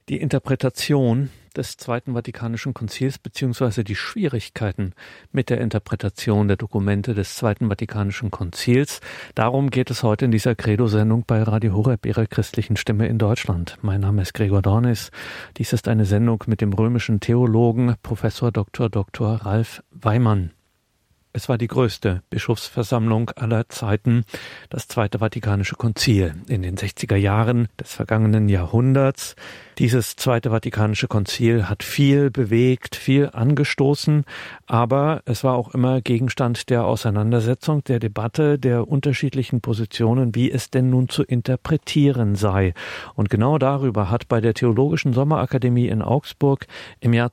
Die Interpretation des Zweiten Vatikanischen Konzils bzw. die Schwierigkeiten mit der Interpretation der Dokumente des Zweiten Vatikanischen Konzils. Darum geht es heute in dieser Credo-Sendung bei Radio Horeb, Ihrer christlichen Stimme in Deutschland. Mein Name ist Gregor Dornis. Dies ist eine Sendung mit dem römischen Theologen Professor Dr. Ralf Weimann. Es war die größte Bischofsversammlung aller Zeiten, das Zweite Vatikanische Konzil in den 60er Jahren des vergangenen Jahrhunderts. Dieses Zweite Vatikanische Konzil hat viel bewegt, viel angestoßen, aber es war auch immer Gegenstand der Auseinandersetzung, der Debatte, der unterschiedlichen Positionen, wie es denn nun zu interpretieren sei. Und genau darüber hat bei der Theologischen Sommerakademie in Augsburg im Jahr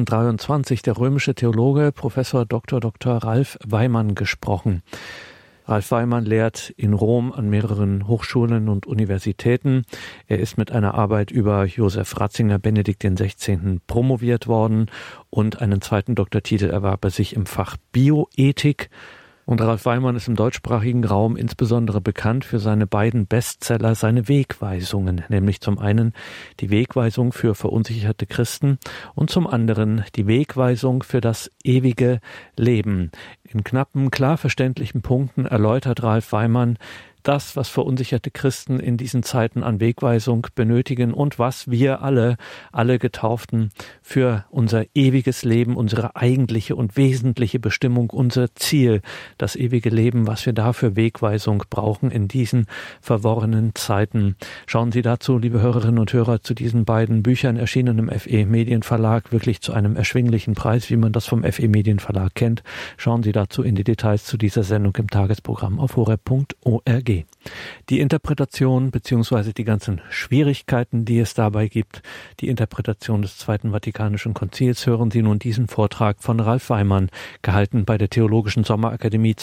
2023 der römische Theologe Professor Dr. Ralf Weimann gesprochen. Ralf Weimann lehrt in Rom an mehreren Hochschulen und Universitäten. Er ist mit einer Arbeit über Josef Ratzinger Benedikt XVI. Promoviert worden und einen zweiten Doktortitel erwarb er sich im Fach Bioethik. Und Ralf Weimann ist im deutschsprachigen Raum insbesondere bekannt für seine beiden Bestseller, seine Wegweisungen, nämlich zum einen die Wegweisung für verunsicherte Christen und zum anderen die Wegweisung für das ewige Leben. In knappen, klar verständlichen Punkten erläutert Ralf Weimann das, was verunsicherte Christen in diesen Zeiten an Wegweisung benötigen und was wir alle Getauften für unser ewiges Leben, unsere eigentliche und wesentliche Bestimmung, unser Ziel, das ewige Leben, was wir da für Wegweisung brauchen in diesen verworrenen Zeiten. Schauen Sie dazu, liebe Hörerinnen und Hörer, zu diesen beiden Büchern, erschienen im FE Medienverlag, wirklich zu einem erschwinglichen Preis, wie man das vom FE Medienverlag kennt. Schauen Sie dazu in die Details zu dieser Sendung im Tagesprogramm auf horeb.org. Die Interpretation bzw. die ganzen Schwierigkeiten, die es dabei gibt, die Interpretation des Zweiten Vatikanischen Konzils, hören Sie nun diesen Vortrag von Ralf Weimann, gehalten bei der Theologischen Sommerakademie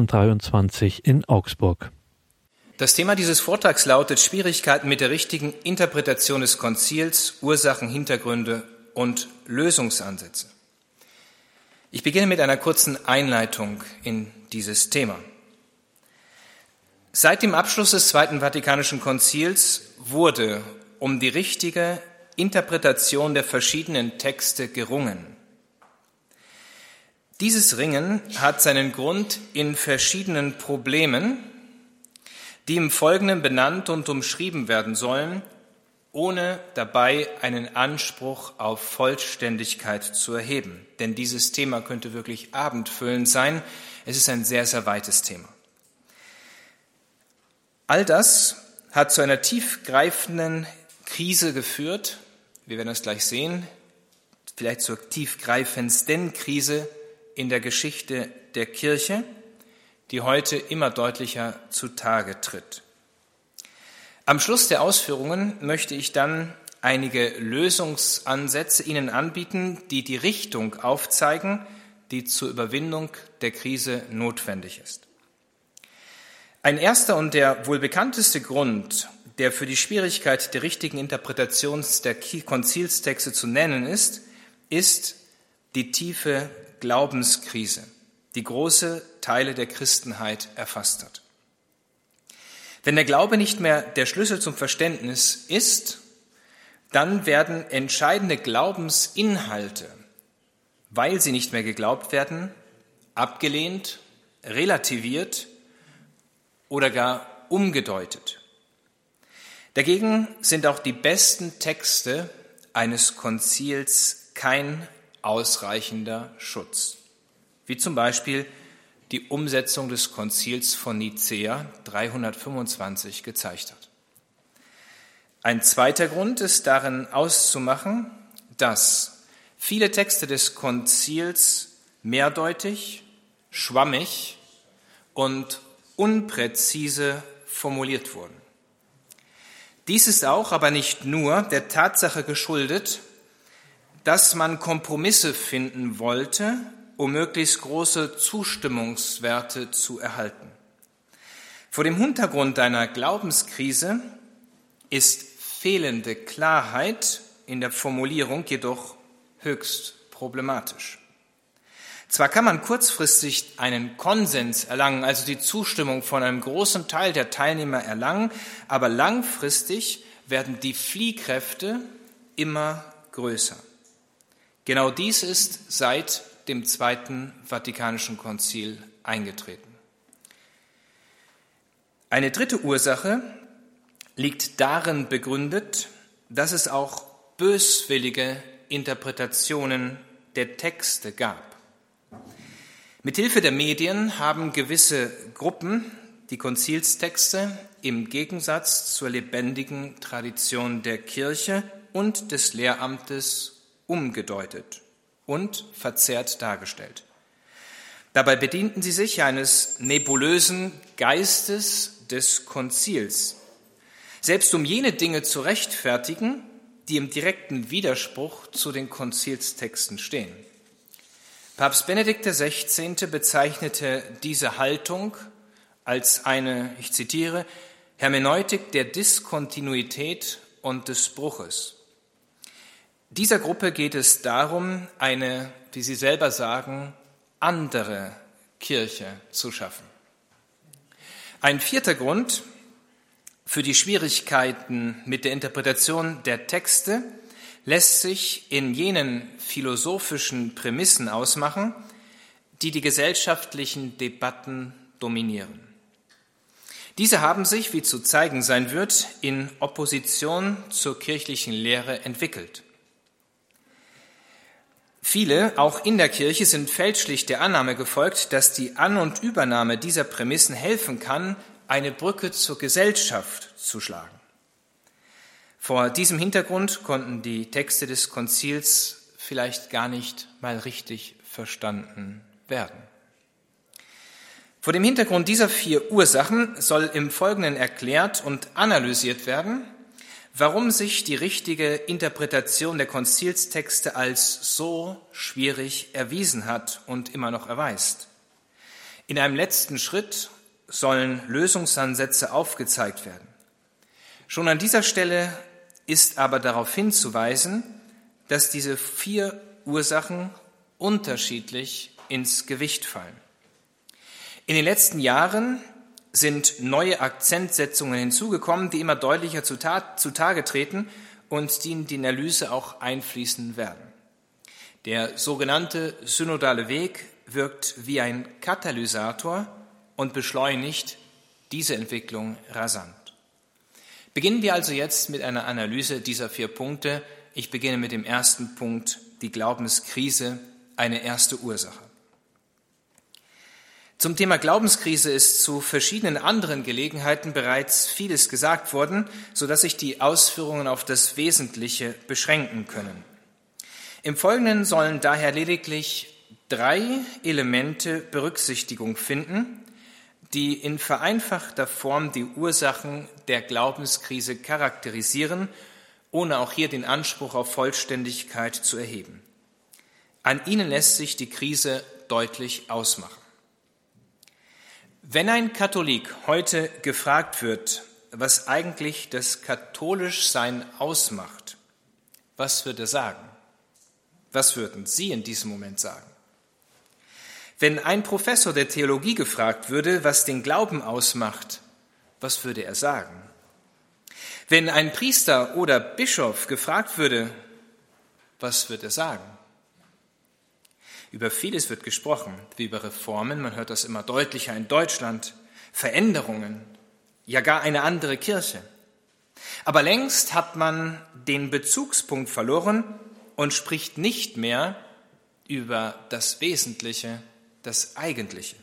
2023 in Augsburg. Das Thema dieses Vortrags lautet Schwierigkeiten mit der richtigen Interpretation des Konzils, Ursachen, Hintergründe und Lösungsansätze. Ich beginne mit einer kurzen Einleitung in dieses Thema. Seit dem Abschluss des Zweiten Vatikanischen Konzils wurde um die richtige Interpretation der verschiedenen Texte gerungen. Dieses Ringen hat seinen Grund in verschiedenen Problemen, die im Folgenden benannt und umschrieben werden sollen, ohne dabei einen Anspruch auf Vollständigkeit zu erheben. Denn dieses Thema könnte wirklich abendfüllend sein. Es ist ein sehr, sehr weites Thema. All das hat zu einer tiefgreifenden Krise geführt, wir werden das gleich sehen, vielleicht zur tiefgreifendsten Krise in der Geschichte der Kirche, die heute immer deutlicher zutage tritt. Am Schluss der Ausführungen möchte ich dann einige Lösungsansätze Ihnen anbieten, die die Richtung aufzeigen, die zur Überwindung der Krise notwendig ist. Ein erster und der wohl bekannteste Grund, der für die Schwierigkeit der richtigen Interpretation der Konzilstexte zu nennen ist, ist die tiefe Glaubenskrise, die große Teile der Christenheit erfasst hat. Wenn der Glaube nicht mehr der Schlüssel zum Verständnis ist, dann werden entscheidende Glaubensinhalte, weil sie nicht mehr geglaubt werden, abgelehnt, relativiert oder gar umgedeutet. Dagegen sind auch die besten Texte eines Konzils kein ausreichender Schutz, wie zum Beispiel die Umsetzung des Konzils von Nicäa 325 gezeigt hat. Ein zweiter Grund ist darin auszumachen, dass viele Texte des Konzils mehrdeutig, schwammig und unpräzise formuliert wurden. Dies ist auch, aber nicht nur, der Tatsache geschuldet, dass man Kompromisse finden wollte, um möglichst große Zustimmungswerte zu erhalten. Vor dem Hintergrund einer Glaubenskrise ist fehlende Klarheit in der Formulierung jedoch höchst problematisch. Zwar kann man kurzfristig einen Konsens erlangen, also die Zustimmung von einem großen Teil der Teilnehmer erlangen, aber langfristig werden die Fliehkräfte immer größer. Genau dies ist seit dem Zweiten Vatikanischen Konzil eingetreten. Eine dritte Ursache liegt darin begründet, dass es auch böswillige Interpretationen der Texte gab. Mithilfe der Medien haben gewisse Gruppen die Konzilstexte im Gegensatz zur lebendigen Tradition der Kirche und des Lehramtes umgedeutet und verzerrt dargestellt. Dabei bedienten sie sich eines nebulösen Geistes des Konzils, selbst um jene Dinge zu rechtfertigen, die im direkten Widerspruch zu den Konzilstexten stehen. Papst Benedikt XVI. Bezeichnete diese Haltung als eine, ich zitiere, Hermeneutik der Diskontinuität und des Bruches. Dieser Gruppe geht es darum, eine, wie sie selber sagen, andere Kirche zu schaffen. Ein vierter Grund für die Schwierigkeiten mit der Interpretation der Texte lässt sich in jenen philosophischen Prämissen ausmachen, die die gesellschaftlichen Debatten dominieren. Diese haben sich, wie zu zeigen sein wird, in Opposition zur kirchlichen Lehre entwickelt. Viele, auch in der Kirche, sind fälschlich der Annahme gefolgt, dass die An- und Übernahme dieser Prämissen helfen kann, eine Brücke zur Gesellschaft zu schlagen. Vor diesem Hintergrund konnten die Texte des Konzils vielleicht gar nicht mal richtig verstanden werden. Vor dem Hintergrund dieser 4 Ursachen soll im Folgenden erklärt und analysiert werden, warum sich die richtige Interpretation der Konzilstexte als so schwierig erwiesen hat und immer noch erweist. In einem letzten Schritt sollen Lösungsansätze aufgezeigt werden. Schon an dieser Stelle ist aber darauf hinzuweisen, dass diese 4 Ursachen unterschiedlich ins Gewicht fallen. In den letzten Jahren sind neue Akzentsetzungen hinzugekommen, die immer deutlicher zutage treten und die in die Analyse auch einfließen werden. Der sogenannte synodale Weg wirkt wie ein Katalysator und beschleunigt diese Entwicklung rasant. Beginnen wir also jetzt mit einer Analyse dieser 4 Punkte. Ich beginne mit dem ersten Punkt, die Glaubenskrise, eine erste Ursache. Zum Thema Glaubenskrise ist zu verschiedenen anderen Gelegenheiten bereits vieles gesagt worden, sodass sich die Ausführungen auf das Wesentliche beschränken können. Im Folgenden sollen daher lediglich 3 Elemente Berücksichtigung finden, die in vereinfachter Form die Ursachen der Glaubenskrise charakterisieren, ohne auch hier den Anspruch auf Vollständigkeit zu erheben. An ihnen lässt sich die Krise deutlich ausmachen. Wenn ein Katholik heute gefragt wird, was eigentlich das Katholischsein ausmacht, was wird er sagen? Was würden Sie in diesem Moment sagen? Wenn ein Professor der Theologie gefragt würde, was den Glauben ausmacht, was würde er sagen? Wenn ein Priester oder Bischof gefragt würde, was wird er sagen? Über vieles wird gesprochen, wie über Reformen, man hört das immer deutlicher in Deutschland, Veränderungen, ja gar eine andere Kirche. Aber längst hat man den Bezugspunkt verloren und spricht nicht mehr über das Wesentliche, das Eigentliche.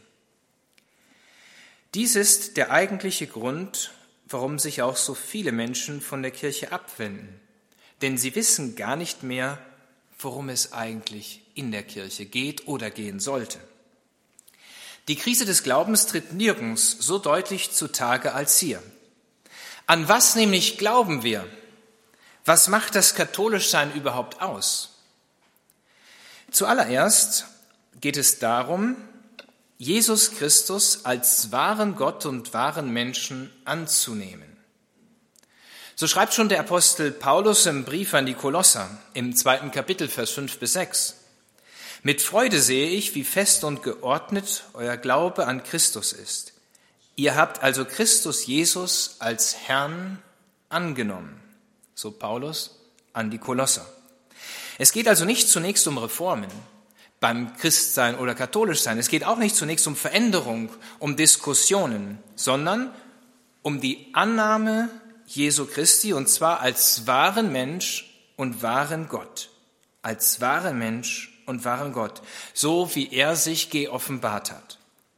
Dies ist der eigentliche Grund, warum sich auch so viele Menschen von der Kirche abwenden. Denn sie wissen gar nicht mehr, worum es eigentlich in der Kirche geht oder gehen sollte. Die Krise des Glaubens tritt nirgends so deutlich zutage als hier. An was nämlich glauben wir? Was macht das Katholischsein überhaupt aus? Zuallererst geht es darum, Jesus Christus als wahren Gott und wahren Menschen anzunehmen. So schreibt schon der Apostel Paulus im Brief an die Kolosser im 2. Kapitel, Vers 5-6. Mit Freude sehe ich, wie fest und geordnet euer Glaube an Christus ist. Ihr habt also Christus Jesus als Herrn angenommen, so Paulus, an die Kolosser. Es geht also nicht zunächst um Reformen beim Christsein oder Katholischsein. Es geht auch nicht zunächst um Veränderung, um Diskussionen, sondern um die Annahme Jesu Christi, und zwar als wahren Mensch und wahren Gott. Als wahren Mensch und wahren Gott, so wie er sich geoffenbart hat.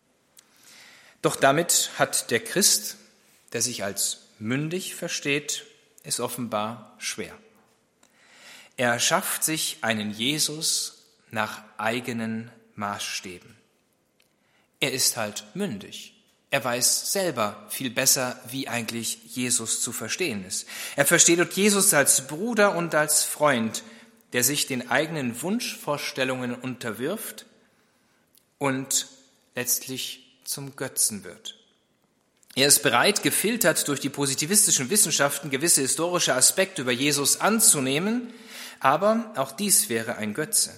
Doch damit hat der Christ, der sich als mündig versteht, es offenbar schwer. Er schafft sich einen Jesus nach eigenen Maßstäben. Er ist halt mündig. Er weiß selber viel besser, wie eigentlich Jesus zu verstehen ist. Er versteht dort Jesus als Bruder und als Freund, der sich den eigenen Wunschvorstellungen unterwirft und letztlich zum Götzen wird. Er ist bereit, gefiltert durch die positivistischen Wissenschaften gewisse historische Aspekte über Jesus anzunehmen, aber auch dies wäre ein Götze.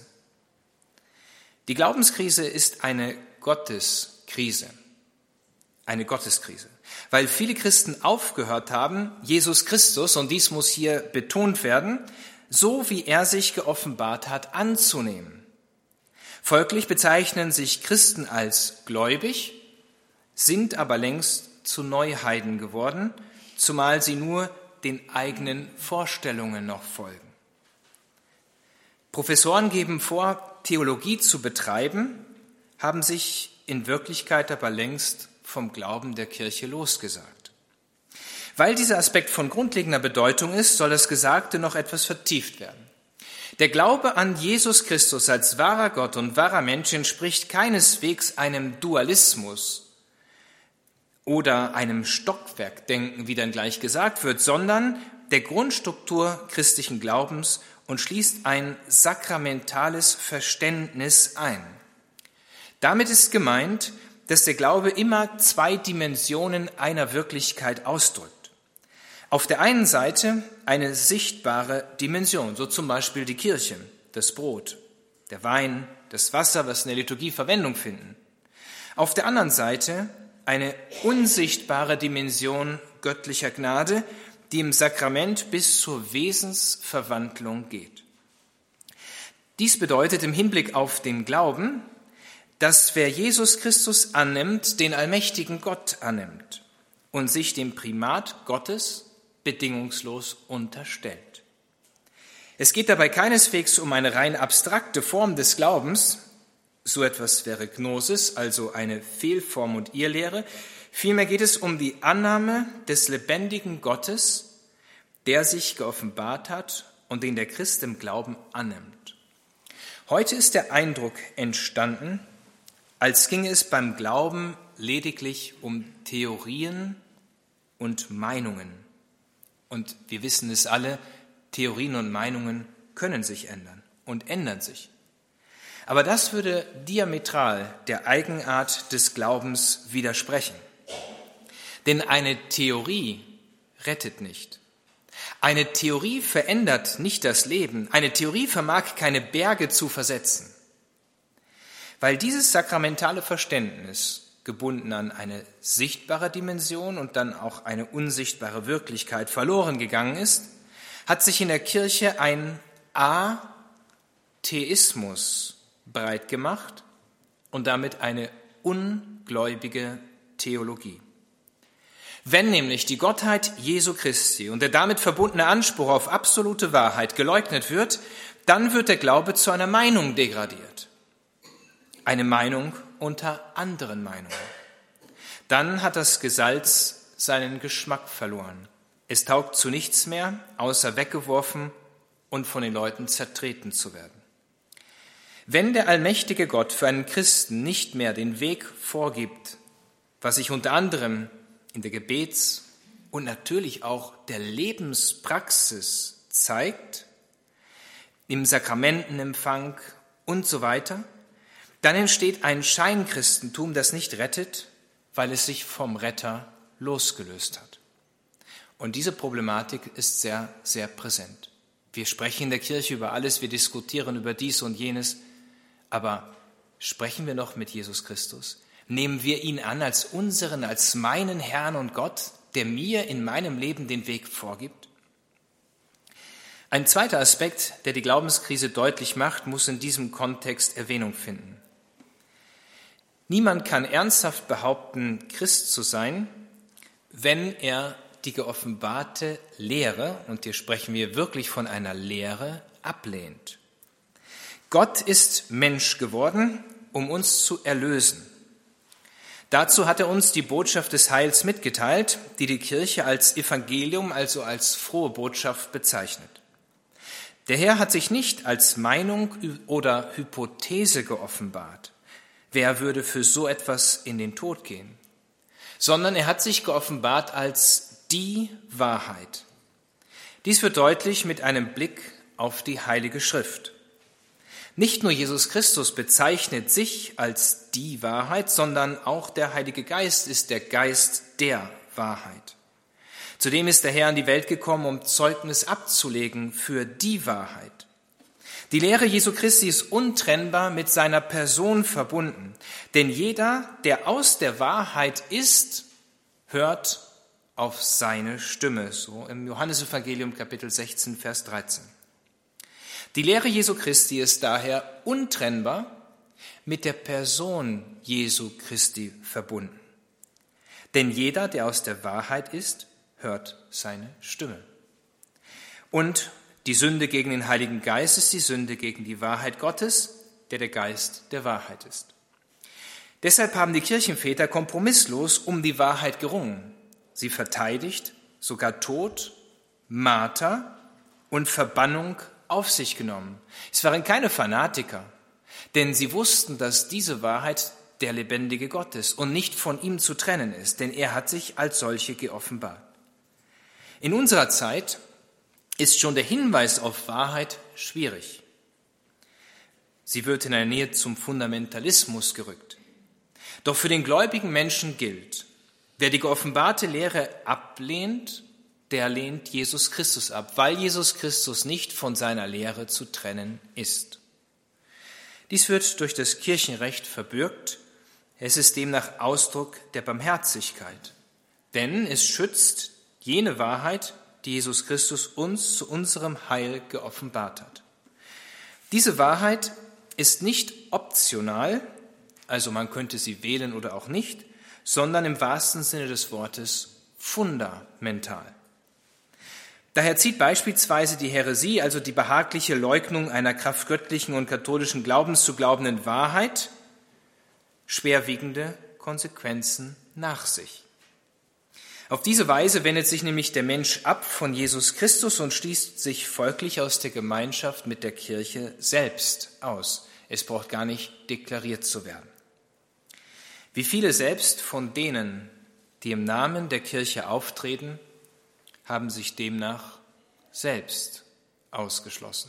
Die Glaubenskrise ist eine Gotteskrise. Eine Gotteskrise, weil viele Christen aufgehört haben, Jesus Christus, und dies muss hier betont werden, so wie er sich geoffenbart hat, anzunehmen. Folglich bezeichnen sich Christen als gläubig, sind aber längst zu Neuheiden geworden, zumal sie nur den eigenen Vorstellungen noch folgen. Professoren geben vor, Theologie zu betreiben, haben sich in Wirklichkeit aber längst vom Glauben der Kirche losgesagt. Weil dieser Aspekt von grundlegender Bedeutung ist, soll das Gesagte noch etwas vertieft werden. Der Glaube an Jesus Christus als wahrer Gott und wahrer Mensch entspricht keineswegs einem Dualismus oder einem Stockwerkdenken, wie dann gleich gesagt wird, sondern der Grundstruktur christlichen Glaubens und schließt ein sakramentales Verständnis ein. Damit ist gemeint, dass der Glaube immer zwei Dimensionen einer Wirklichkeit ausdrückt. Auf der einen Seite eine sichtbare Dimension, so zum Beispiel die Kirche, das Brot, der Wein, das Wasser, was in der Liturgie Verwendung finden. Auf der anderen Seite eine unsichtbare Dimension göttlicher Gnade, die im Sakrament bis zur Wesensverwandlung geht. Dies bedeutet im Hinblick auf den Glauben, dass wer Jesus Christus annimmt, den allmächtigen Gott annimmt und sich dem Primat Gottes bedingungslos unterstellt. Es geht dabei keineswegs um eine rein abstrakte Form des Glaubens, so etwas wäre Gnosis, also eine Fehlform und Irrlehre. Vielmehr geht es um die Annahme des lebendigen Gottes, der sich geoffenbart hat und den der Christ im Glauben annimmt. Heute ist der Eindruck entstanden, als ginge es beim Glauben lediglich um Theorien und Meinungen. Und wir wissen es alle, Theorien und Meinungen können sich ändern und ändern sich. Aber das würde diametral der Eigenart des Glaubens widersprechen. Denn eine Theorie rettet nicht. Eine Theorie verändert nicht das Leben. Eine Theorie vermag keine Berge zu versetzen. Weil dieses sakramentale Verständnis, gebunden an eine sichtbare Dimension und dann auch eine unsichtbare Wirklichkeit, verloren gegangen ist, hat sich in der Kirche ein Atheismus breit gemacht und damit eine ungläubige Theologie. Wenn nämlich die Gottheit Jesu Christi und der damit verbundene Anspruch auf absolute Wahrheit geleugnet wird, dann wird der Glaube zu einer Meinung degradiert. Eine Meinung unter anderen Meinungen. Dann hat das Gesalz seinen Geschmack verloren. Es taugt zu nichts mehr, außer weggeworfen und von den Leuten zertreten zu werden. Wenn der allmächtige Gott für einen Christen nicht mehr den Weg vorgibt, was sich unter anderem in der Gebets- und natürlich auch der Lebenspraxis zeigt, im Sakramentenempfang und so weiter, dann entsteht ein Scheinchristentum, das nicht rettet, weil es sich vom Retter losgelöst hat. Und diese Problematik ist sehr, sehr präsent. Wir sprechen in der Kirche über alles, wir diskutieren über dies und jenes, aber sprechen wir noch mit Jesus Christus? Nehmen wir ihn an als unseren, als meinen Herrn und Gott, der mir in meinem Leben den Weg vorgibt? Ein zweiter Aspekt, der die Glaubenskrise deutlich macht, muss in diesem Kontext Erwähnung finden. Niemand kann ernsthaft behaupten, Christ zu sein, wenn er die geoffenbarte Lehre, und hier sprechen wir wirklich von einer Lehre, ablehnt. Gott ist Mensch geworden, um uns zu erlösen. Dazu hat er uns die Botschaft des Heils mitgeteilt, die die Kirche als Evangelium, also als frohe Botschaft bezeichnet. Der Herr hat sich nicht als Meinung oder Hypothese geoffenbart. Wer würde für so etwas in den Tod gehen? Sondern er hat sich geoffenbart als die Wahrheit. Dies wird deutlich mit einem Blick auf die Heilige Schrift. Nicht nur Jesus Christus bezeichnet sich als die Wahrheit, sondern auch der Heilige Geist ist der Geist der Wahrheit. Zudem ist der Herr in die Welt gekommen, um Zeugnis abzulegen für die Wahrheit. Die Lehre Jesu Christi ist untrennbar mit seiner Person verbunden. Denn jeder, der aus der Wahrheit ist, hört auf seine Stimme. So im Johannesevangelium Kapitel 16, Vers 13. Die Lehre Jesu Christi ist daher untrennbar mit der Person Jesu Christi verbunden. Denn jeder, der aus der Wahrheit ist, hört seine Stimme. Und die Sünde gegen den Heiligen Geist ist die Sünde gegen die Wahrheit Gottes, der der Geist der Wahrheit ist. Deshalb haben die Kirchenväter kompromisslos um die Wahrheit gerungen. Sie verteidigt, sogar Tod, Marter und Verbannung auf sich genommen. Es waren keine Fanatiker, denn sie wussten, dass diese Wahrheit der lebendige Gott ist und nicht von ihm zu trennen ist, denn er hat sich als solche geoffenbart. In unserer Zeit ist schon der Hinweis auf Wahrheit schwierig. Sie wird in der Nähe zum Fundamentalismus gerückt. Doch für den gläubigen Menschen gilt, wer die geoffenbarte Lehre ablehnt, der lehnt Jesus Christus ab, weil Jesus Christus nicht von seiner Lehre zu trennen ist. Dies wird durch das Kirchenrecht verbürgt. Es ist demnach Ausdruck der Barmherzigkeit, denn es schützt jene Wahrheit, die Jesus Christus uns zu unserem Heil geoffenbart hat. Diese Wahrheit ist nicht optional, also man könnte sie wählen oder auch nicht, sondern im wahrsten Sinne des Wortes fundamental. Daher zieht beispielsweise die Häresie, also die behagliche Leugnung einer kraftgöttlichen und katholischen Glaubens zu glaubenden Wahrheit, schwerwiegende Konsequenzen nach sich. Auf diese Weise wendet sich nämlich der Mensch ab von Jesus Christus und schließt sich folglich aus der Gemeinschaft mit der Kirche selbst aus. Es braucht gar nicht deklariert zu werden. Wie viele selbst von denen, die im Namen der Kirche auftreten, haben sich demnach selbst ausgeschlossen.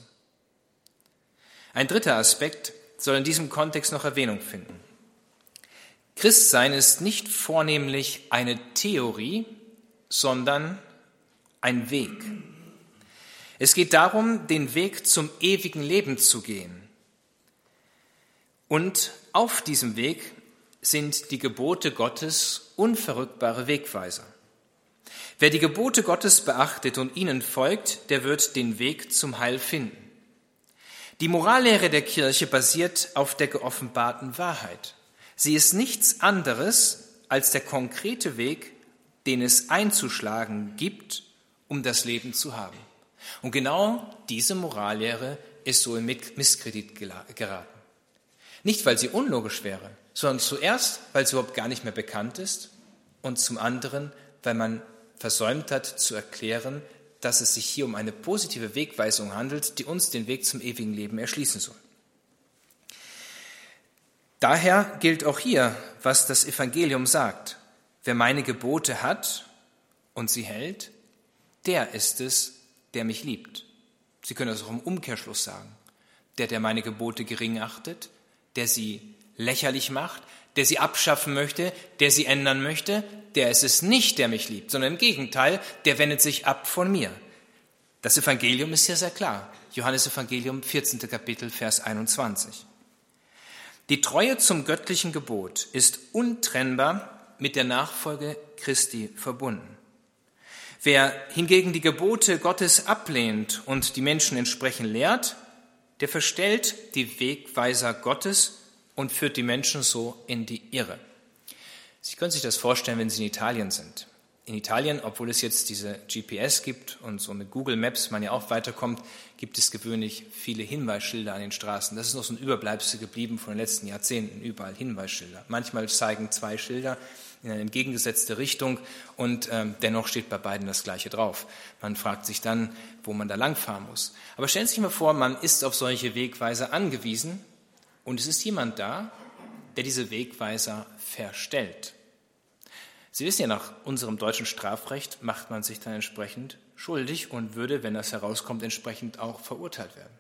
Ein dritter Aspekt soll in diesem Kontext noch Erwähnung finden. Christsein ist nicht vornehmlich eine Theorie, sondern ein Weg. Es geht darum, den Weg zum ewigen Leben zu gehen. Und auf diesem Weg sind die Gebote Gottes unverrückbare Wegweiser. Wer die Gebote Gottes beachtet und ihnen folgt, der wird den Weg zum Heil finden. Die Morallehre der Kirche basiert auf der geoffenbarten Wahrheit. Sie ist nichts anderes als der konkrete Weg, den es einzuschlagen gibt, um das Leben zu haben. Und genau diese Morallehre ist so in Misskredit geraten. Nicht, weil sie unlogisch wäre, sondern zuerst, weil sie überhaupt gar nicht mehr bekannt ist und zum anderen, weil man versäumt hat zu erklären, dass es sich hier um eine positive Wegweisung handelt, die uns den Weg zum ewigen Leben erschließen soll. Daher gilt auch hier, was das Evangelium sagt. Wer meine Gebote hat und sie hält, der ist es, der mich liebt. Sie können das auch im Umkehrschluss sagen. Der meine Gebote gering achtet, der sie lächerlich macht, der sie abschaffen möchte, der sie ändern möchte, der ist es nicht, der mich liebt, sondern im Gegenteil, der wendet sich ab von mir. Das Evangelium ist ja sehr klar. Johannesevangelium, 14. Kapitel, Vers 21. Die Treue zum göttlichen Gebot ist untrennbar mit der Nachfolge Christi verbunden. Wer hingegen die Gebote Gottes ablehnt und die Menschen entsprechend lehrt, der verstellt die Wegweiser Gottes und führt die Menschen so in die Irre. Sie können sich das vorstellen, wenn Sie in Italien sind. In Italien, obwohl es jetzt diese GPS gibt und so mit Google Maps man ja auch weiterkommt, gibt es gewöhnlich viele Hinweisschilder an den Straßen. Das ist noch so ein Überbleibsel geblieben von den letzten Jahrzehnten, überall Hinweisschilder. Manchmal zeigen 2 Schilder in eine entgegengesetzte Richtung und dennoch steht bei beiden das Gleiche drauf. Man fragt sich dann, wo man da langfahren muss. Aber stellen Sie sich mal vor, man ist auf solche Wegweiser angewiesen und es ist jemand da, der diese Wegweiser verstellt. Sie wissen ja, nach unserem deutschen Strafrecht macht man sich dann entsprechend schuldig und würde, wenn das herauskommt, entsprechend auch verurteilt werden.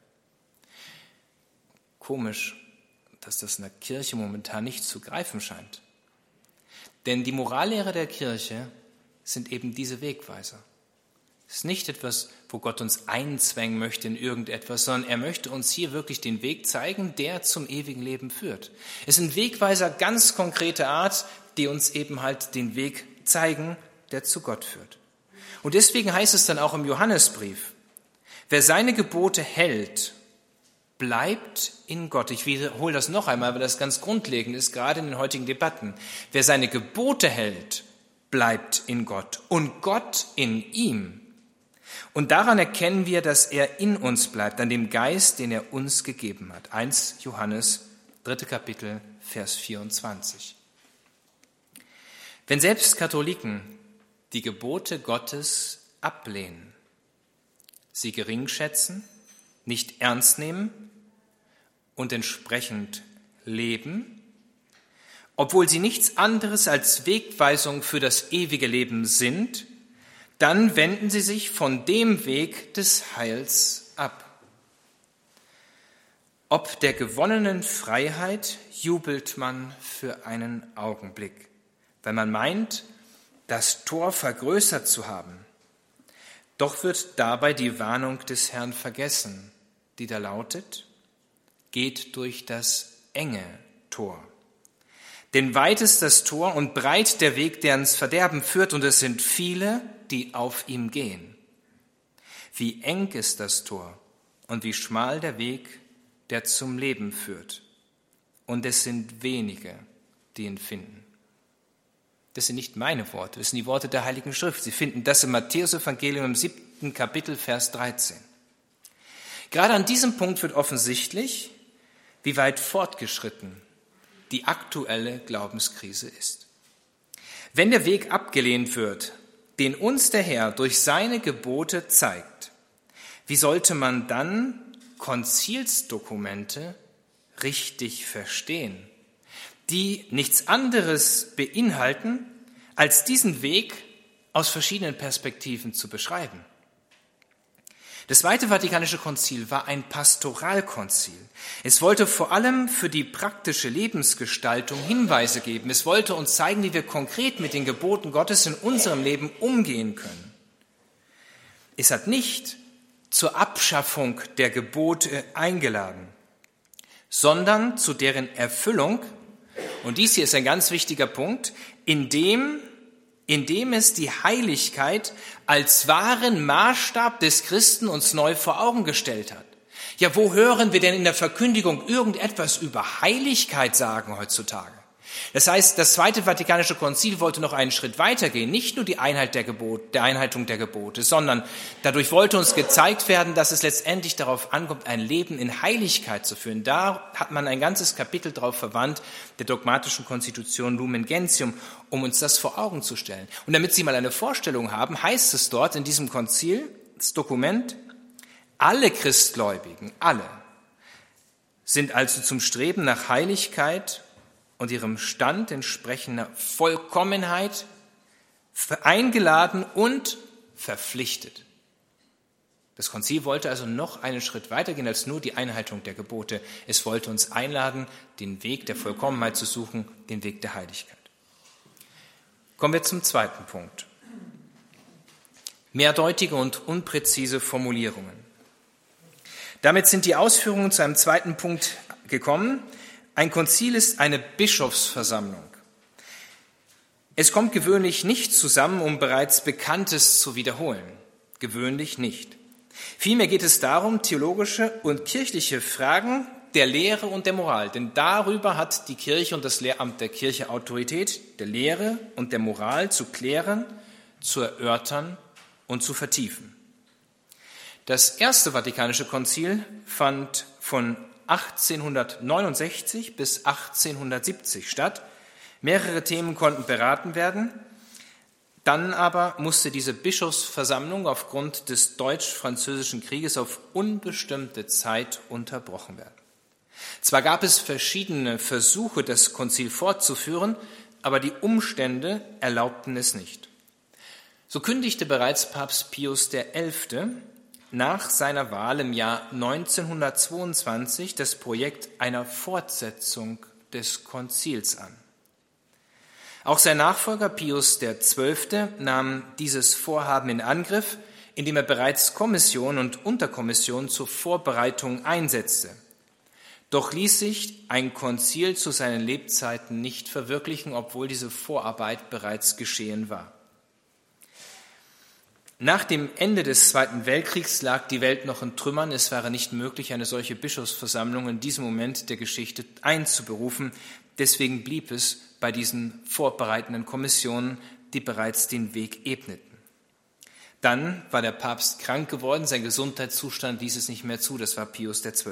Komisch, dass das in der Kirche momentan nicht zu greifen scheint. Denn die Morallehre der Kirche sind eben diese Wegweiser. Es ist nicht etwas, wo Gott uns einzwängen möchte in irgendetwas, sondern er möchte uns hier wirklich den Weg zeigen, der zum ewigen Leben führt. Es sind Wegweiser ganz konkreter Art, die uns eben halt den Weg zeigen, der zu Gott führt. Und deswegen heißt es dann auch im Johannesbrief, wer seine Gebote hält, bleibt in Gott. Ich wiederhole das noch einmal, weil das ganz grundlegend ist, gerade in den heutigen Debatten. Wer seine Gebote hält, bleibt in Gott und Gott in ihm. Und daran erkennen wir, dass er in uns bleibt, an dem Geist, den er uns gegeben hat. 1 Johannes, 3. Kapitel, Vers 24. Wenn selbst Katholiken die Gebote Gottes ablehnen, sie geringschätzen, nicht ernst nehmen und entsprechend leben, obwohl sie nichts anderes als Wegweisung für das ewige Leben sind, dann wenden sie sich von dem Weg des Heils ab. Ob der gewonnenen Freiheit jubelt man für einen Augenblick, weil man meint, das Tor vergrößert zu haben. Doch wird dabei die Warnung des Herrn vergessen, die da lautet, geht durch das enge Tor. Denn weit ist das Tor und breit der Weg, der ins Verderben führt, und es sind viele, die auf ihm gehen. Wie eng ist das Tor und wie schmal der Weg, der zum Leben führt. Und es sind wenige, die ihn finden. Das sind nicht meine Worte, das sind die Worte der Heiligen Schrift. Sie finden das im Matthäus-Evangelium im 7. Kapitel, Vers 13. Gerade an diesem Punkt wird offensichtlich, wie weit fortgeschritten die aktuelle Glaubenskrise ist. Wenn der Weg abgelehnt wird, den uns der Herr durch seine Gebote zeigt, wie sollte man dann Konzilsdokumente richtig verstehen, die nichts anderes beinhalten, als diesen Weg aus verschiedenen Perspektiven zu beschreiben? Das Zweite Vatikanische Konzil war ein Pastoralkonzil. Es wollte vor allem für die praktische Lebensgestaltung Hinweise geben. Es wollte uns zeigen, wie wir konkret mit den Geboten Gottes in unserem Leben umgehen können. Es hat nicht zur Abschaffung der Gebote eingeladen, sondern zu deren Erfüllung, und dies hier ist ein ganz wichtiger Punkt, indem es die Heiligkeit als wahren Maßstab des Christen uns neu vor Augen gestellt hat. Ja, wo hören wir denn in der Verkündigung irgendetwas über Heiligkeit sagen heutzutage? Das heißt, das Zweite Vatikanische Konzil wollte noch einen Schritt weitergehen, nicht nur die Einhaltung der Gebote, sondern dadurch wollte uns gezeigt werden, dass es letztendlich darauf ankommt, ein Leben in Heiligkeit zu führen. Da hat man ein ganzes Kapitel drauf verwandt, der dogmatischen Konstitution Lumen Gentium, um uns das vor Augen zu stellen. Und damit Sie mal eine Vorstellung haben, heißt es dort in diesem Konzil, das Dokument, alle Christgläubigen, alle, sind also zum Streben nach Heiligkeit und ihrem Stand entsprechender Vollkommenheit eingeladen und verpflichtet. Das Konzil wollte also noch einen Schritt weitergehen als nur die Einhaltung der Gebote. Es wollte uns einladen, den Weg der Vollkommenheit zu suchen, den Weg der Heiligkeit. Kommen wir zum zweiten Punkt. Mehrdeutige und unpräzise Formulierungen. Damit sind die Ausführungen zu einem zweiten Punkt gekommen. Ein Konzil ist eine Bischofsversammlung. Es kommt gewöhnlich nicht zusammen, um bereits Bekanntes zu wiederholen. Gewöhnlich nicht. Vielmehr geht es darum, theologische und kirchliche Fragen der Lehre und der Moral, denn darüber hat die Kirche und das Lehramt der Kirche Autorität, der Lehre und der Moral zu klären, zu erörtern und zu vertiefen. Das Erste Vatikanische Konzil fand von 1869 bis 1870 statt. Mehrere Themen konnten beraten werden. Dann aber musste diese Bischofsversammlung aufgrund des Deutsch-Französischen Krieges auf unbestimmte Zeit unterbrochen werden. Zwar gab es verschiedene Versuche, das Konzil fortzuführen, aber die Umstände erlaubten es nicht. So kündigte bereits Papst Pius XI. Nach seiner Wahl im Jahr 1922 das Projekt einer Fortsetzung des Konzils an. Auch sein Nachfolger Pius XII. Nahm dieses Vorhaben in Angriff, indem er bereits Kommission und Unterkommission zur Vorbereitung einsetzte. Doch ließ sich ein Konzil zu seinen Lebzeiten nicht verwirklichen, obwohl diese Vorarbeit bereits geschehen war. Nach dem Ende des Zweiten Weltkriegs lag die Welt noch in Trümmern. Es war nicht möglich, eine solche Bischofsversammlung in diesem Moment der Geschichte einzuberufen. Deswegen blieb es bei diesen vorbereitenden Kommissionen, die bereits den Weg ebneten. Dann war der Papst krank geworden, sein Gesundheitszustand ließ es nicht mehr zu, das war Pius XII.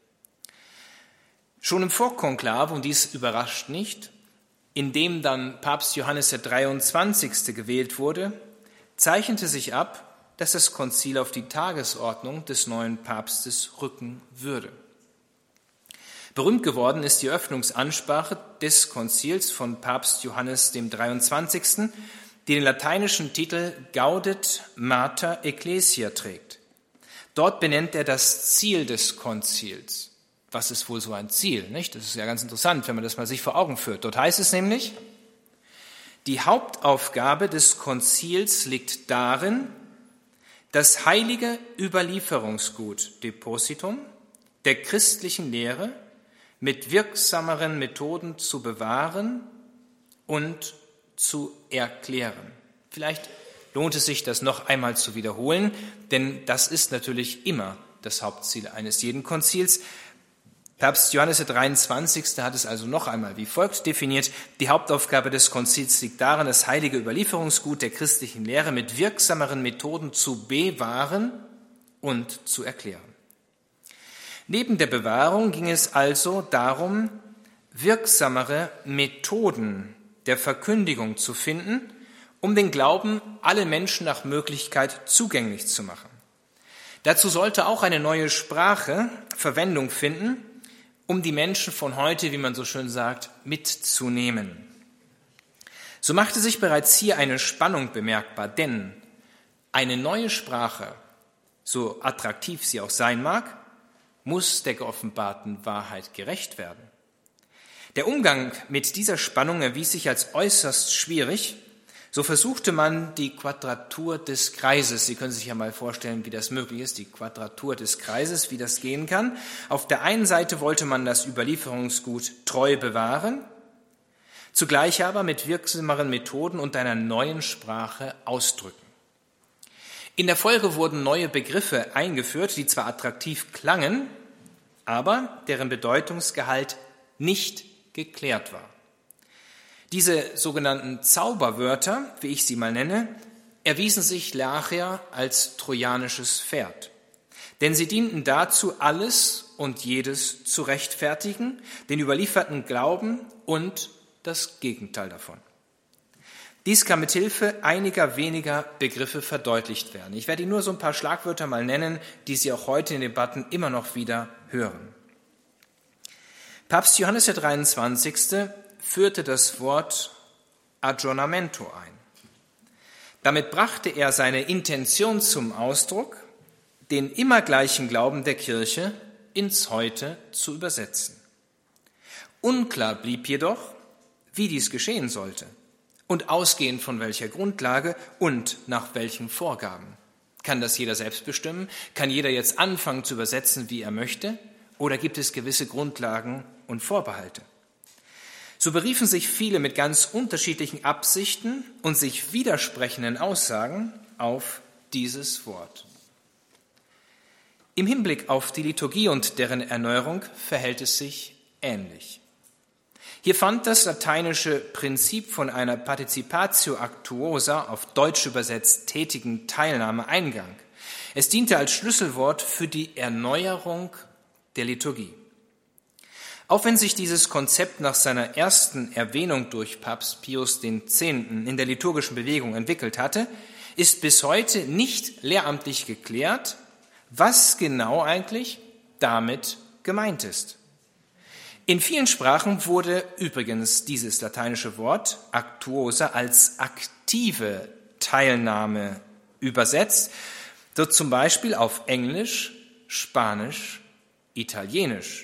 Schon im Vorkonklav, und dies überrascht nicht, in dem dann Papst Johannes der 23. gewählt wurde, zeichnete sich ab, dass das Konzil auf die Tagesordnung des neuen Papstes rücken würde. Berühmt geworden ist die Öffnungsansprache des Konzils von Papst Johannes dem 23., die den lateinischen Titel Gaudet Mater Ecclesia trägt. Dort benennt er das Ziel des Konzils. Was ist wohl so ein Ziel, nicht? Das ist ja ganz interessant, wenn man das mal sich vor Augen führt. Dort heißt es nämlich: Die Hauptaufgabe des Konzils liegt darin, das heilige Überlieferungsgut Depositum der christlichen Lehre mit wirksameren Methoden zu bewahren und zu erklären. Vielleicht lohnt es sich, das noch einmal zu wiederholen, denn das ist natürlich immer das Hauptziel eines jeden Konzils. Papst Johannes der 23. hat es also noch einmal wie folgt definiert: Die Hauptaufgabe des Konzils liegt darin, das heilige Überlieferungsgut der christlichen Lehre mit wirksameren Methoden zu bewahren und zu erklären. Neben der Bewahrung ging es also darum, wirksamere Methoden der Verkündigung zu finden, um den Glauben allen Menschen nach Möglichkeit zugänglich zu machen. Dazu sollte auch eine neue Sprache Verwendung finden, um die Menschen von heute, wie man so schön sagt, mitzunehmen. So machte sich bereits hier eine Spannung bemerkbar, denn eine neue Sprache, so attraktiv sie auch sein mag, muss der geoffenbarten Wahrheit gerecht werden. Der Umgang mit dieser Spannung erwies sich als äußerst schwierig. So versuchte man die Quadratur des Kreises. Sie können sich ja mal vorstellen, wie das möglich ist, die Quadratur des Kreises, wie das gehen kann. Auf der einen Seite wollte man das Überlieferungsgut treu bewahren, zugleich aber mit wirksameren Methoden und einer neuen Sprache ausdrücken. In der Folge wurden neue Begriffe eingeführt, die zwar attraktiv klangen, aber deren Bedeutungsgehalt nicht geklärt war. Diese sogenannten Zauberwörter, wie ich sie mal nenne, erwiesen sich nachher als trojanisches Pferd. Denn sie dienten dazu, alles und jedes zu rechtfertigen, den überlieferten Glauben und das Gegenteil davon. Dies kann mit Hilfe einiger weniger Begriffe verdeutlicht werden. Ich werde Ihnen nur so ein paar Schlagwörter mal nennen, die Sie auch heute in Debatten immer noch wieder hören. Papst Johannes der 23. führte das Wort Aggiornamento ein. Damit brachte er seine Intention zum Ausdruck, den immer gleichen Glauben der Kirche ins Heute zu übersetzen. Unklar blieb jedoch, wie dies geschehen sollte und ausgehend von welcher Grundlage und nach welchen Vorgaben. Kann das jeder selbst bestimmen? Kann jeder jetzt anfangen zu übersetzen, wie er möchte? Oder gibt es gewisse Grundlagen und Vorbehalte? So beriefen sich viele mit ganz unterschiedlichen Absichten und sich widersprechenden Aussagen auf dieses Wort. Im Hinblick auf die Liturgie und deren Erneuerung verhält es sich ähnlich. Hier fand das lateinische Prinzip von einer Participatio Actuosa, auf Deutsch übersetzt tätigen Teilnahme, Eingang. Es diente als Schlüsselwort für die Erneuerung der Liturgie. Auch wenn sich dieses Konzept nach seiner ersten Erwähnung durch Papst Pius X. in der liturgischen Bewegung entwickelt hatte, ist bis heute nicht lehramtlich geklärt, was genau eigentlich damit gemeint ist. In vielen Sprachen wurde übrigens dieses lateinische Wort actuosa als aktive Teilnahme übersetzt, so zum Beispiel auf Englisch, Spanisch, Italienisch.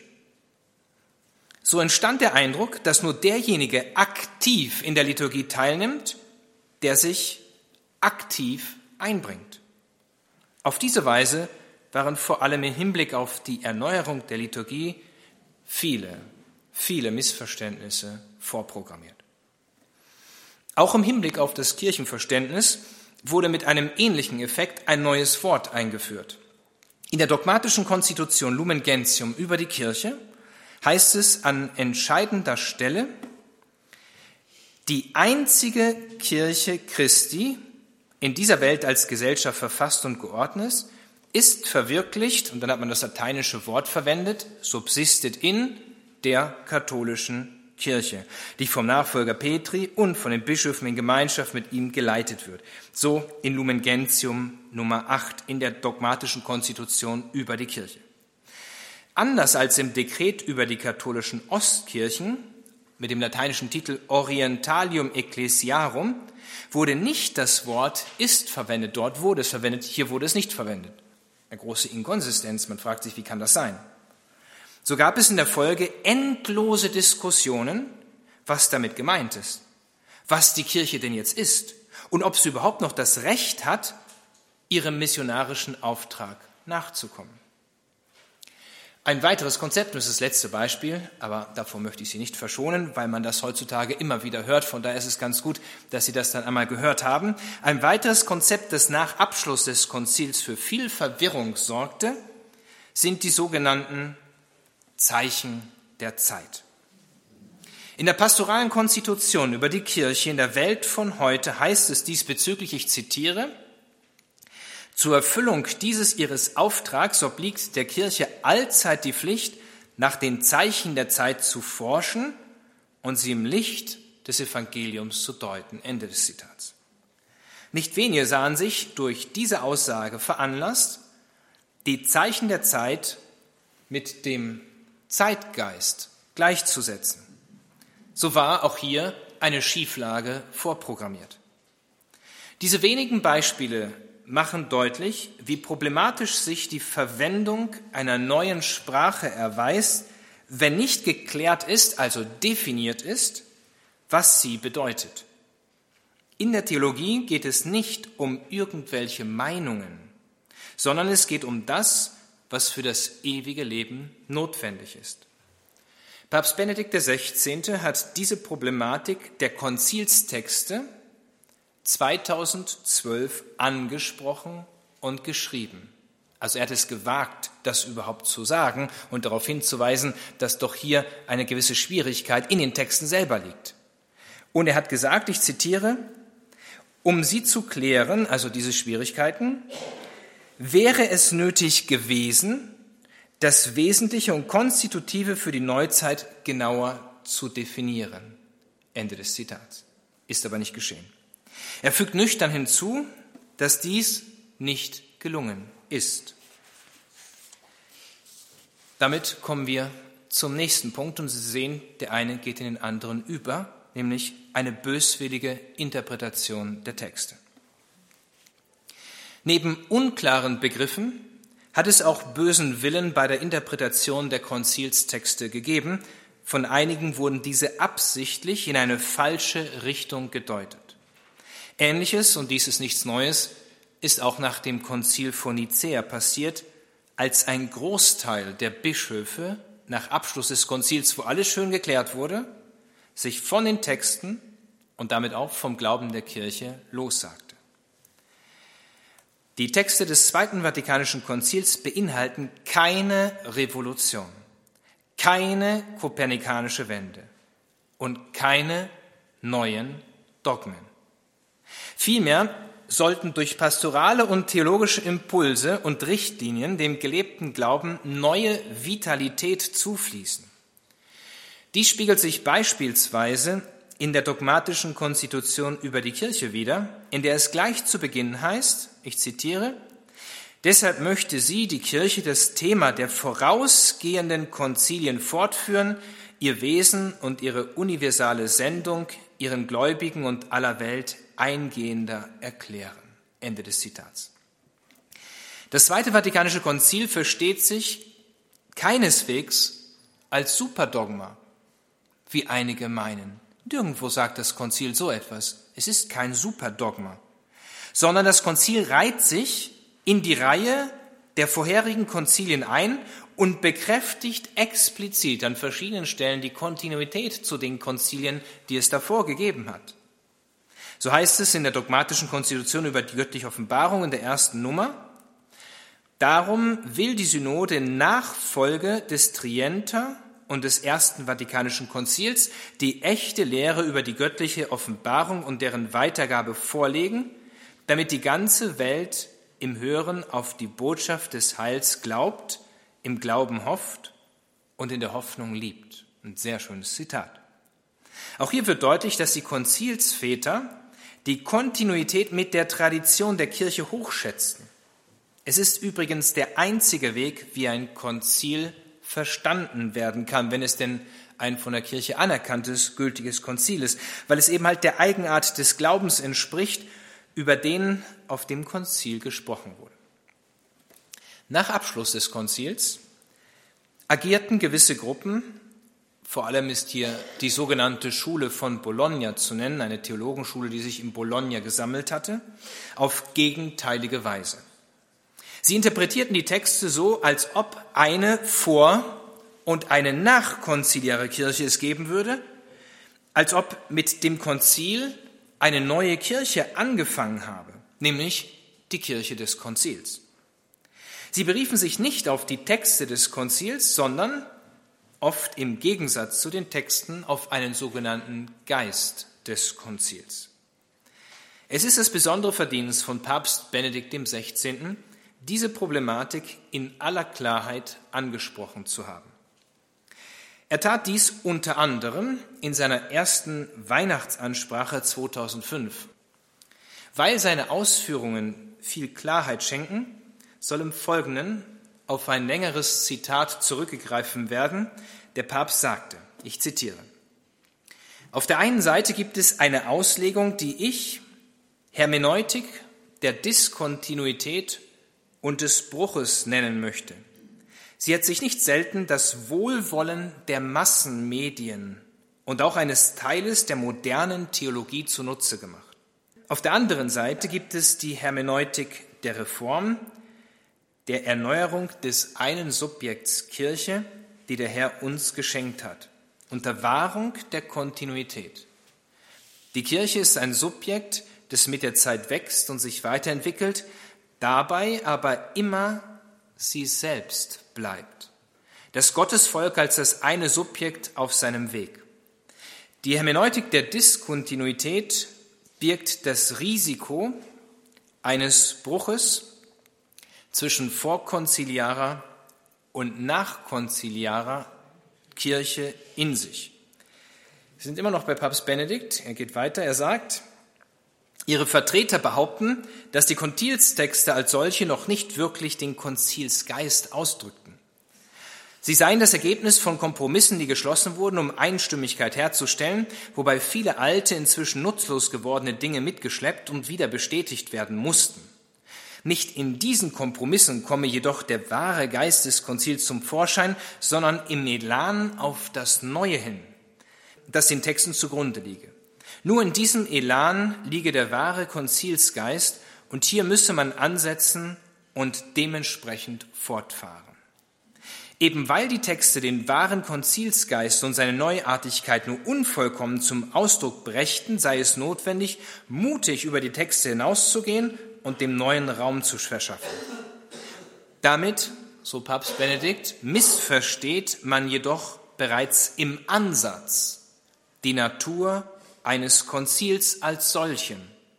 So entstand der Eindruck, dass nur derjenige aktiv in der Liturgie teilnimmt, der sich aktiv einbringt. Auf diese Weise waren vor allem im Hinblick auf die Erneuerung der Liturgie viele Missverständnisse vorprogrammiert. Auch im Hinblick auf das Kirchenverständnis wurde mit einem ähnlichen Effekt ein neues Wort eingeführt. In der dogmatischen Konstitution Lumen Gentium über die Kirche heißt es an entscheidender Stelle: Die einzige Kirche Christi, in dieser Welt als Gesellschaft verfasst und geordnet, ist verwirklicht, und dann hat man das lateinische Wort verwendet, subsistet in der katholischen Kirche, die vom Nachfolger Petri und von den Bischöfen in Gemeinschaft mit ihm geleitet wird. So in Lumen Gentium Nummer 8 in der dogmatischen Konstitution über die Kirche. Anders als im Dekret über die katholischen Ostkirchen mit dem lateinischen Titel Orientalium Ecclesiarum wurde nicht das Wort ist verwendet. Dort wurde es verwendet, hier wurde es nicht verwendet. Eine große Inkonsistenz, man fragt sich, wie kann das sein? So gab es in der Folge endlose Diskussionen, was damit gemeint ist, was die Kirche denn jetzt ist und ob sie überhaupt noch das Recht hat, ihrem missionarischen Auftrag nachzukommen. Ein weiteres Konzept, das ist das letzte Beispiel, aber davor möchte ich Sie nicht verschonen, weil man das heutzutage immer wieder hört. Von daher ist es ganz gut, dass Sie das dann einmal gehört haben. Ein weiteres Konzept, das nach Abschluss des Konzils für viel Verwirrung sorgte, sind die sogenannten Zeichen der Zeit. In der pastoralen Konstitution über die Kirche in der Welt von heute heißt es diesbezüglich, ich zitiere: Zur Erfüllung dieses ihres Auftrags obliegt der Kirche allzeit die Pflicht, nach den Zeichen der Zeit zu forschen und sie im Licht des Evangeliums zu deuten. Ende des Zitats. Nicht wenige sahen sich durch diese Aussage veranlasst, die Zeichen der Zeit mit dem Zeitgeist gleichzusetzen. So war auch hier eine Schieflage vorprogrammiert. Diese wenigen Beispiele machen deutlich, wie problematisch sich die Verwendung einer neuen Sprache erweist, wenn nicht geklärt ist, also definiert ist, was sie bedeutet. In der Theologie geht es nicht um irgendwelche Meinungen, sondern es geht um das, was für das ewige Leben notwendig ist. Papst Benedikt XVI. Hat diese Problematik der Konzilstexte 2012 angesprochen und geschrieben. Also er hat es gewagt, das überhaupt zu sagen und darauf hinzuweisen, dass doch hier eine gewisse Schwierigkeit in den Texten selber liegt. Und er hat gesagt, ich zitiere: Um sie zu klären, also diese Schwierigkeiten, wäre es nötig gewesen, das Wesentliche und Konstitutive für die Neuzeit genauer zu definieren. Ende des Zitats. Ist aber nicht geschehen. Er fügt nüchtern hinzu, dass dies nicht gelungen ist. Damit kommen wir zum nächsten Punkt und Sie sehen, der eine geht in den anderen über, nämlich eine böswillige Interpretation der Texte. Neben unklaren Begriffen hat es auch bösen Willen bei der Interpretation der Konzilstexte gegeben. Von einigen wurden diese absichtlich in eine falsche Richtung gedeutet. Ähnliches, und dies ist nichts Neues, ist auch nach dem Konzil von Nicäa passiert, als ein Großteil der Bischöfe nach Abschluss des Konzils, wo alles schön geklärt wurde, sich von den Texten und damit auch vom Glauben der Kirche lossagte. Die Texte des Zweiten Vatikanischen Konzils beinhalten keine Revolution, keine kopernikanische Wende und keine neuen Dogmen. Vielmehr sollten durch pastorale und theologische Impulse und Richtlinien dem gelebten Glauben neue Vitalität zufließen. Dies spiegelt sich beispielsweise in der dogmatischen Konstitution über die Kirche wider, in der es gleich zu Beginn heißt, ich zitiere, deshalb möchte sie, die Kirche, das Thema der vorausgehenden Konzilien fortführen, ihr Wesen und ihre universale Sendung ihren Gläubigen und aller Welt eingehender erklären. Ende des Zitats. Das Zweite Vatikanische Konzil versteht sich keineswegs als Superdogma, wie einige meinen. Nirgendwo sagt das Konzil so etwas. Es ist kein Superdogma, sondern das Konzil reiht sich in die Reihe der vorherigen Konzilien ein und bekräftigt explizit an verschiedenen Stellen die Kontinuität zu den Konzilien, die es davor gegeben hat. So heißt es in der dogmatischen Konstitution über die göttliche Offenbarung in der ersten Nummer, darum will die Synode Nachfolge des Trienter und des Ersten Vatikanischen Konzils die echte Lehre über die göttliche Offenbarung und deren Weitergabe vorlegen, damit die ganze Welt im Hören auf die Botschaft des Heils glaubt, im Glauben hofft und in der Hoffnung liebt. Ein sehr schönes Zitat. Auch hier wird deutlich, dass die Konzilsväter die Kontinuität mit der Tradition der Kirche hochschätzten. Es ist übrigens der einzige Weg, wie ein Konzil verstanden werden kann, wenn es denn ein von der Kirche anerkanntes, gültiges Konzil ist, weil es eben halt der Eigenart des Glaubens entspricht, über den auf dem Konzil gesprochen wurde. Nach Abschluss des Konzils agierten gewisse Gruppen, vor allem ist hier die sogenannte Schule von Bologna zu nennen, eine Theologenschule, die sich in Bologna gesammelt hatte, auf gegenteilige Weise. Sie interpretierten die Texte so, als ob eine vor- und eine nachkonziliare Kirche es geben würde, als ob mit dem Konzil eine neue Kirche angefangen habe, nämlich die Kirche des Konzils. Sie beriefen sich nicht auf die Texte des Konzils, sondern oft im Gegensatz zu den Texten auf einen sogenannten Geist des Konzils. Es ist das besondere Verdienst von Papst Benedikt XVI., diese Problematik in aller Klarheit angesprochen zu haben. Er tat dies unter anderem in seiner ersten Weihnachtsansprache 2005. Weil seine Ausführungen viel Klarheit schenken, soll im Folgenden auf ein längeres Zitat zurückgegriffen werden. Der Papst sagte, ich zitiere, auf der einen Seite gibt es eine Auslegung, die ich Hermeneutik der Diskontinuität und des Bruches nennen möchte. Sie hat sich nicht selten das Wohlwollen der Massenmedien und auch eines Teiles der modernen Theologie zunutze gemacht. Auf der anderen Seite gibt es die Hermeneutik der Reform, der Erneuerung des einen Subjekts Kirche, die der Herr uns geschenkt hat, unter Wahrung der Kontinuität. Die Kirche ist ein Subjekt, das mit der Zeit wächst und sich weiterentwickelt, dabei aber immer sie selbst bleibt. Das Gottesvolk als das eine Subjekt auf seinem Weg. Die Hermeneutik der Diskontinuität birgt das Risiko eines Bruches zwischen vorkonziliarer und nachkonziliarer Kirche in sich. Wir sind immer noch bei Papst Benedikt. Er geht weiter. Er sagt, ihre Vertreter behaupten, dass die Konzilstexte als solche noch nicht wirklich den Konzilsgeist ausdrückten. Sie seien das Ergebnis von Kompromissen, die geschlossen wurden, um Einstimmigkeit herzustellen, wobei viele alte, inzwischen nutzlos gewordene Dinge mitgeschleppt und wieder bestätigt werden mussten. Nicht in diesen Kompromissen komme jedoch der wahre Geist des Konzils zum Vorschein, sondern im Elan auf das Neue hin, das den Texten zugrunde liege. Nur in diesem Elan liege der wahre Konzilsgeist und hier müsse man ansetzen und dementsprechend fortfahren. Eben weil die Texte den wahren Konzilsgeist und seine Neuartigkeit nur unvollkommen zum Ausdruck brächten, sei es notwendig, mutig über die Texte hinauszugehen und dem neuen Raum zu verschaffen. Damit, so Papst Benedikt, missversteht man jedoch bereits im Ansatz die Natur eines Konzils als solchen.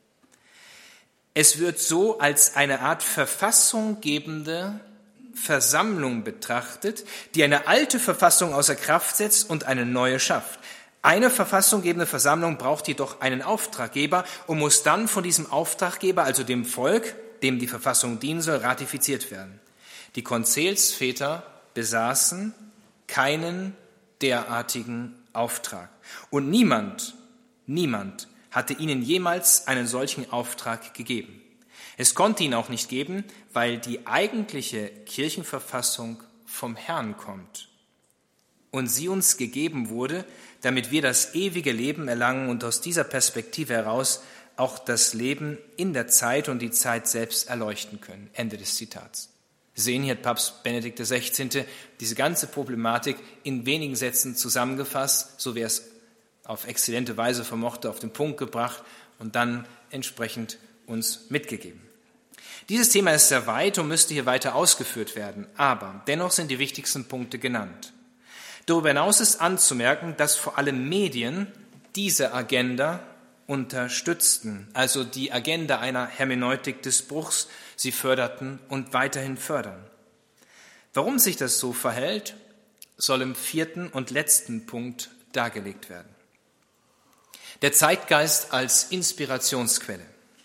Es wird so als eine Art verfassunggebende Versammlung betrachtet, die eine alte Verfassung außer Kraft setzt und eine neue schafft. Eine verfassunggebende Versammlung braucht jedoch einen Auftraggeber und muss dann von diesem Auftraggeber, also dem Volk, dem die Verfassung dienen soll, ratifiziert werden. Die Konzilsväter besaßen keinen derartigen Auftrag. Und niemand hatte ihnen jemals einen solchen Auftrag gegeben. Es konnte ihn auch nicht geben, weil die eigentliche Kirchenverfassung vom Herrn kommt und sie uns gegeben wurde, damit wir das ewige Leben erlangen und aus dieser Perspektive heraus auch das Leben in der Zeit und die Zeit selbst erleuchten können. Ende des Zitats. Wir sehen hier Papst Benedikt XVI. Diese ganze Problematik in wenigen Sätzen zusammengefasst, so wie er es auf exzellente Weise vermochte, auf den Punkt gebracht und dann entsprechend uns mitgegeben. Dieses Thema ist sehr weit und müsste hier weiter ausgeführt werden, aber dennoch sind die wichtigsten Punkte genannt. Darüber hinaus ist anzumerken, dass vor allem Medien diese Agenda unterstützten, also die Agenda einer Hermeneutik des Bruchs, sie förderten und weiterhin fördern. Warum sich das so verhält, soll im 4. und letzten Punkt dargelegt werden. Der Zeitgeist als Inspirationsquelle.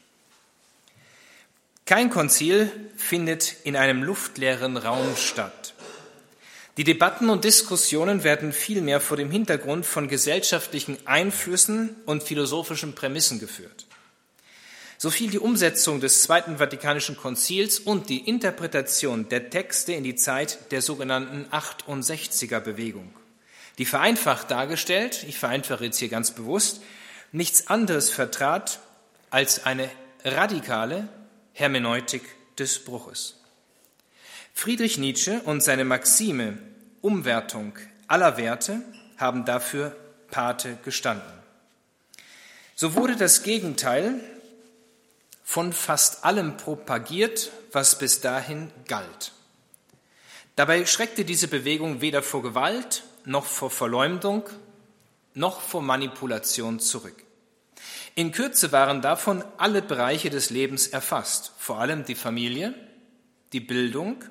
Kein Konzil findet in einem luftleeren Raum statt. Die Debatten und Diskussionen werden vielmehr vor dem Hintergrund von gesellschaftlichen Einflüssen und philosophischen Prämissen geführt. So fiel die Umsetzung des Zweiten Vatikanischen Konzils und die Interpretation der Texte in die Zeit der sogenannten 68er-Bewegung, die vereinfacht dargestellt, ich vereinfache jetzt hier ganz bewusst, nichts anderes vertrat als eine radikale Hermeneutik des Bruches. Friedrich Nietzsche und seine Maxime Umwertung aller Werte haben dafür Pate gestanden. So wurde das Gegenteil von fast allem propagiert, was bis dahin galt. Dabei schreckte diese Bewegung weder vor Gewalt, noch vor Verleumdung, noch vor Manipulation zurück. In Kürze waren davon alle Bereiche des Lebens erfasst, vor allem die Familie, die Bildung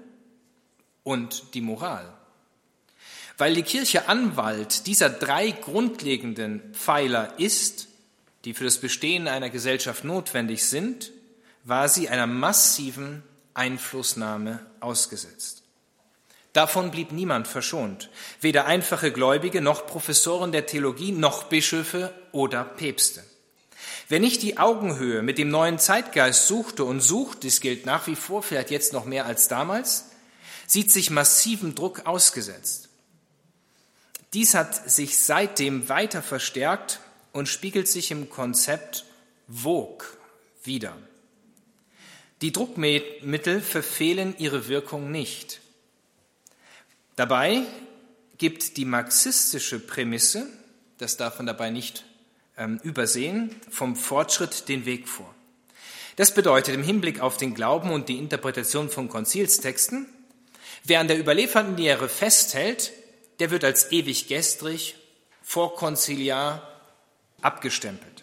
und die Moral. Weil die Kirche Anwalt dieser 3 grundlegenden Pfeiler ist, die für das Bestehen einer Gesellschaft notwendig sind, war sie einer massiven Einflussnahme ausgesetzt. Davon blieb niemand verschont, weder einfache Gläubige noch Professoren der Theologie noch Bischöfe oder Päpste. Wer nicht die Augenhöhe mit dem neuen Zeitgeist suchte und sucht, dies gilt nach wie vor, vielleicht jetzt noch mehr als damals, sieht sich massivem Druck ausgesetzt. Dies hat sich seitdem weiter verstärkt und spiegelt sich im Konzept Vogue wider. Die Druckmittel verfehlen ihre Wirkung nicht. Dabei gibt die marxistische Prämisse, das darf man dabei nicht übersehen, vom Fortschritt den Weg vor. Das bedeutet im Hinblick auf den Glauben und die Interpretation von Konzilstexten, wer an der überlieferten Lehre festhält, der wird als ewig gestrig, vorkonziliar abgestempelt.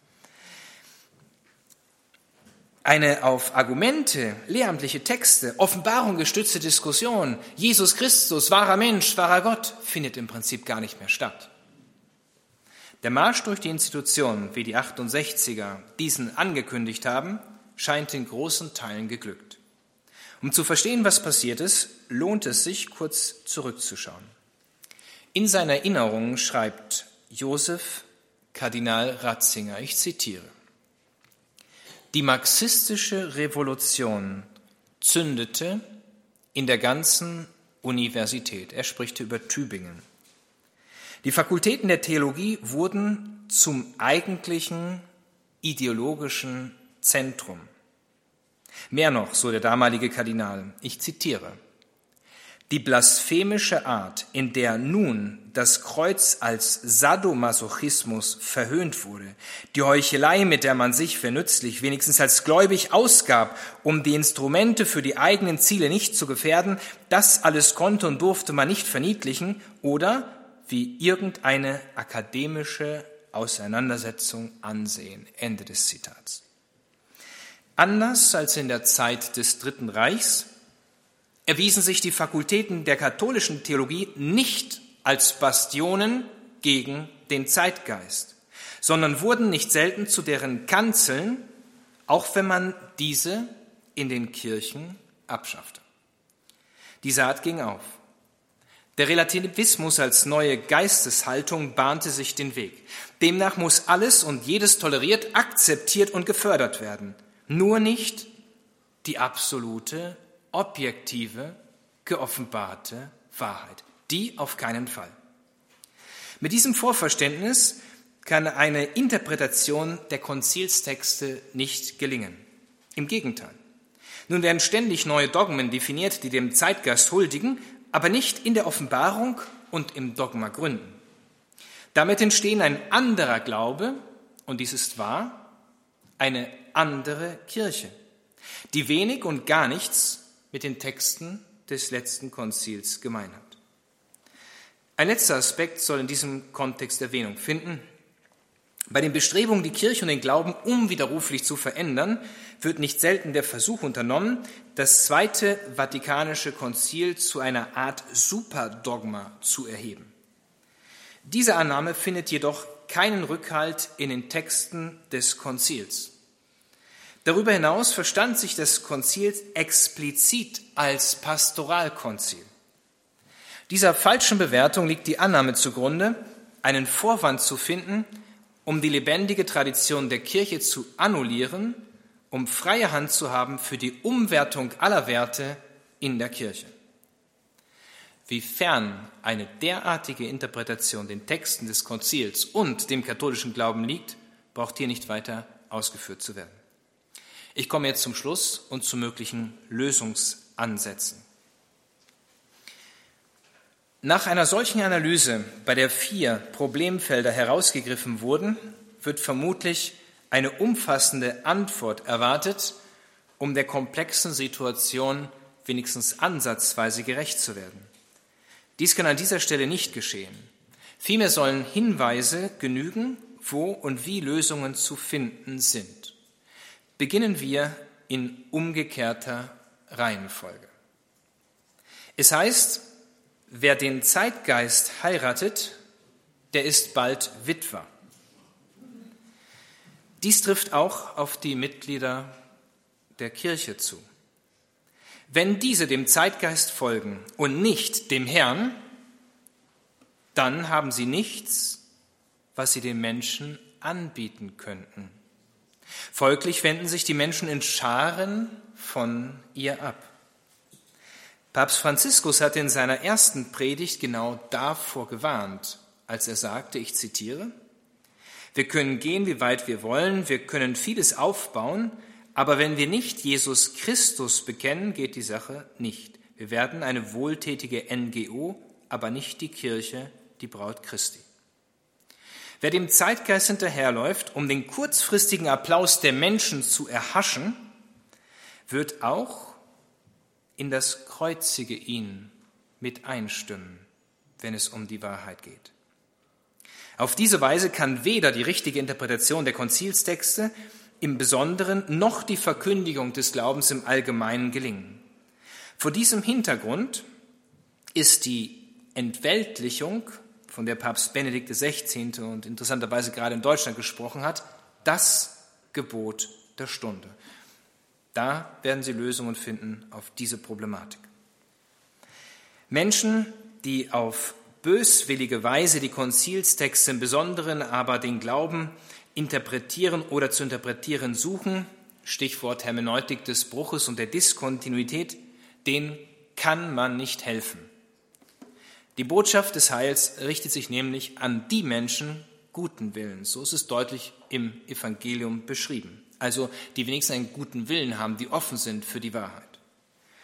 Eine auf Argumente, lehramtliche Texte, Offenbarung gestützte Diskussion, Jesus Christus, wahrer Mensch, wahrer Gott, findet im Prinzip gar nicht mehr statt. Der Marsch durch die Institutionen, wie die 68er diesen angekündigt haben, scheint in großen Teilen geglückt. Um zu verstehen, was passiert ist, lohnt es sich, kurz zurückzuschauen. In seinen Erinnerungen schreibt Josef Kardinal Ratzinger, ich zitiere: Die marxistische Revolution zündete in der ganzen Universität. Er spricht über Tübingen. Die Fakultäten der Theologie wurden zum eigentlichen ideologischen Zentrum. Mehr noch, so der damalige Kardinal, ich zitiere: Die blasphemische Art, in der nun das Kreuz als Sadomasochismus verhöhnt wurde, die Heuchelei, mit der man sich für nützlich, wenigstens als gläubig ausgab, um die Instrumente für die eigenen Ziele nicht zu gefährden, das alles konnte und durfte man nicht verniedlichen oder wie irgendeine akademische Auseinandersetzung ansehen. Ende des Zitats. Anders als in der Zeit des Dritten Reichs erwiesen sich die Fakultäten der katholischen Theologie nicht als Bastionen gegen den Zeitgeist, sondern wurden nicht selten zu deren Kanzeln, auch wenn man diese in den Kirchen abschaffte. Die Saat ging auf. Der Relativismus als neue Geisteshaltung bahnte sich den Weg. Demnach muss alles und jedes toleriert, akzeptiert und gefördert werden, nur nicht die absolute, objektive, geoffenbarte Wahrheit. Die auf keinen Fall. Mit diesem Vorverständnis kann eine Interpretation der Konzilstexte nicht gelingen. Im Gegenteil. Nun werden ständig neue Dogmen definiert, die dem Zeitgeist huldigen, aber nicht in der Offenbarung und im Dogma gründen. Damit entstehen ein anderer Glaube, und dies ist wahr, eine andere Kirche, die wenig und gar nichts mit den Texten des letzten Konzils gemein hat. Ein letzter Aspekt soll in diesem Kontext Erwähnung finden. Bei den Bestrebungen, die Kirche und den Glauben unwiderruflich zu verändern, wird nicht selten der Versuch unternommen, das Zweite Vatikanische Konzil zu einer Art Superdogma zu erheben. Diese Annahme findet jedoch keinen Rückhalt in den Texten des Konzils. Darüber hinaus verstand sich das Konzil explizit als Pastoralkonzil. Dieser falschen Bewertung liegt die Annahme zugrunde, einen Vorwand zu finden, um die lebendige Tradition der Kirche zu annullieren, um freie Hand zu haben für die Umwertung aller Werte in der Kirche. Wie fern eine derartige Interpretation den Texten des Konzils und dem katholischen Glauben liegt, braucht hier nicht weiter ausgeführt zu werden. Ich komme jetzt zum Schluss und zu möglichen Lösungsansätzen. Nach einer solchen Analyse, bei der 4 Problemfelder herausgegriffen wurden, wird vermutlich eine umfassende Antwort erwartet, um der komplexen Situation wenigstens ansatzweise gerecht zu werden. Dies kann an dieser Stelle nicht geschehen. Vielmehr sollen Hinweise genügen, wo und wie Lösungen zu finden sind. Beginnen wir in umgekehrter Reihenfolge. Es heißt, wer den Zeitgeist heiratet, der ist bald Witwer. Dies trifft auch auf die Mitglieder der Kirche zu. Wenn diese dem Zeitgeist folgen und nicht dem Herrn, dann haben sie nichts, was sie den Menschen anbieten könnten. Folglich wenden sich die Menschen in Scharen von ihr ab. Papst Franziskus hat in seiner ersten Predigt genau davor gewarnt, als er sagte, ich zitiere, wir können gehen, wie weit wir wollen, wir können vieles aufbauen, aber wenn wir nicht Jesus Christus bekennen, geht die Sache nicht. Wir werden eine wohltätige NGO, aber nicht die Kirche, die Braut Christi. Wer dem Zeitgeist hinterherläuft, um den kurzfristigen Applaus der Menschen zu erhaschen, wird auch in das Kreuzige ihn mit einstimmen, wenn es um die Wahrheit geht. Auf diese Weise kann weder die richtige Interpretation der Konzilstexte im Besonderen noch die Verkündigung des Glaubens im Allgemeinen gelingen. Vor diesem Hintergrund ist die Entweltlichung, von der Papst Benedikt XVI. Und interessanterweise gerade in Deutschland gesprochen hat, das Gebot der Stunde. Da werden Sie Lösungen finden auf diese Problematik. Menschen, die auf böswillige Weise die Konzilstexte im Besonderen, aber den Glauben interpretieren oder zu interpretieren suchen, Stichwort Hermeneutik des Bruches und der Diskontinuität, denen kann man nicht helfen. Die Botschaft des Heils richtet sich nämlich an die Menschen guten Willens. So ist es deutlich im Evangelium beschrieben. Also die wenigstens einen guten Willen haben, die offen sind für die Wahrheit.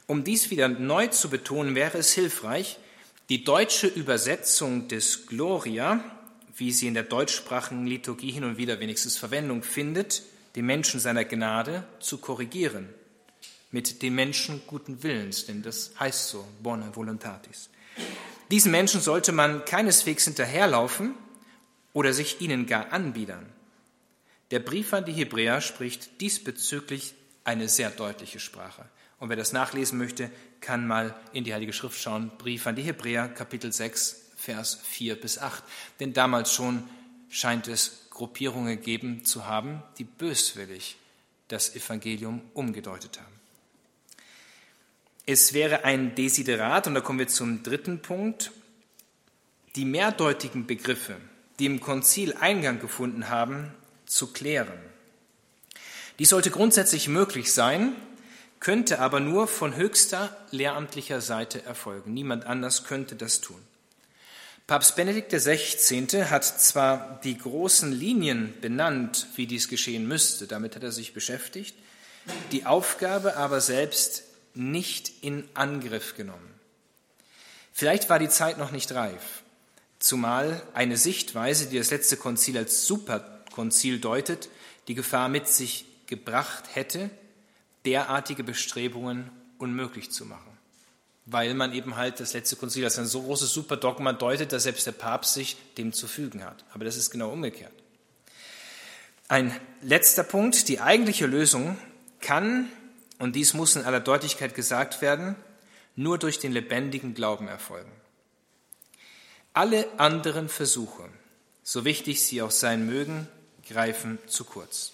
Um dies wieder neu zu betonen, wäre es hilfreich, die deutsche Übersetzung des Gloria, wie sie in der deutschsprachigen Liturgie hin und wieder wenigstens Verwendung findet, den Menschen seiner Gnade zu korrigieren. Mit den Menschen guten Willens, denn das heißt so, bona voluntatis. Diesen Menschen sollte man keineswegs hinterherlaufen oder sich ihnen gar anbiedern. Der Brief an die Hebräer spricht diesbezüglich eine sehr deutliche Sprache. Und wer das nachlesen möchte, kann mal in die Heilige Schrift schauen. Brief an die Hebräer, Kapitel 6, Vers 4 bis 8. Denn damals schon scheint es Gruppierungen gegeben zu haben, die böswillig das Evangelium umgedeutet haben. Es wäre ein Desiderat, und da kommen wir zum dritten Punkt, die mehrdeutigen Begriffe, die im Konzil Eingang gefunden haben, zu klären. Dies sollte grundsätzlich möglich sein, könnte aber nur von höchster lehramtlicher Seite erfolgen. Niemand anders könnte das tun. Papst Benedikt XVI. Hat zwar die großen Linien benannt, wie dies geschehen müsste, damit hat er sich beschäftigt, die Aufgabe aber selbst nicht in Angriff genommen. Vielleicht war die Zeit noch nicht reif, zumal eine Sichtweise, die das letzte Konzil als Superkonzil deutet, die Gefahr mit sich gebracht hätte, derartige Bestrebungen unmöglich zu machen. Weil man eben halt das letzte Konzil als ein so großes Superdogma deutet, dass selbst der Papst sich dem zu fügen hat. Aber das ist genau umgekehrt. Ein letzter Punkt, die eigentliche Lösung kann, und dies muss in aller Deutlichkeit gesagt werden, nur durch den lebendigen Glauben erfolgen. Alle anderen Versuche, so wichtig sie auch sein mögen, greifen zu kurz.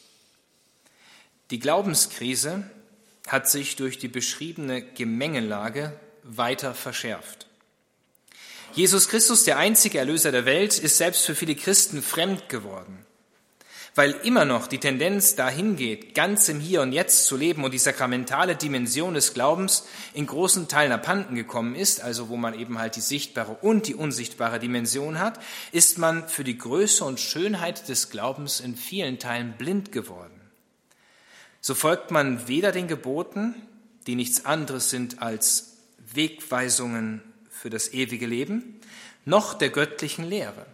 Die Glaubenskrise hat sich durch die beschriebene Gemengelage weiter verschärft. Jesus Christus, der einzige Erlöser der Welt, ist selbst für viele Christen fremd geworden, weil immer noch die Tendenz dahin geht, ganz im Hier und Jetzt zu leben und die sakramentale Dimension des Glaubens in großen Teilen abhanden gekommen ist, also wo man eben halt die sichtbare und die unsichtbare Dimension hat, ist man für die Größe und Schönheit des Glaubens in vielen Teilen blind geworden. So folgt man weder den Geboten, die nichts anderes sind als Wegweisungen für das ewige Leben, noch der göttlichen Lehre.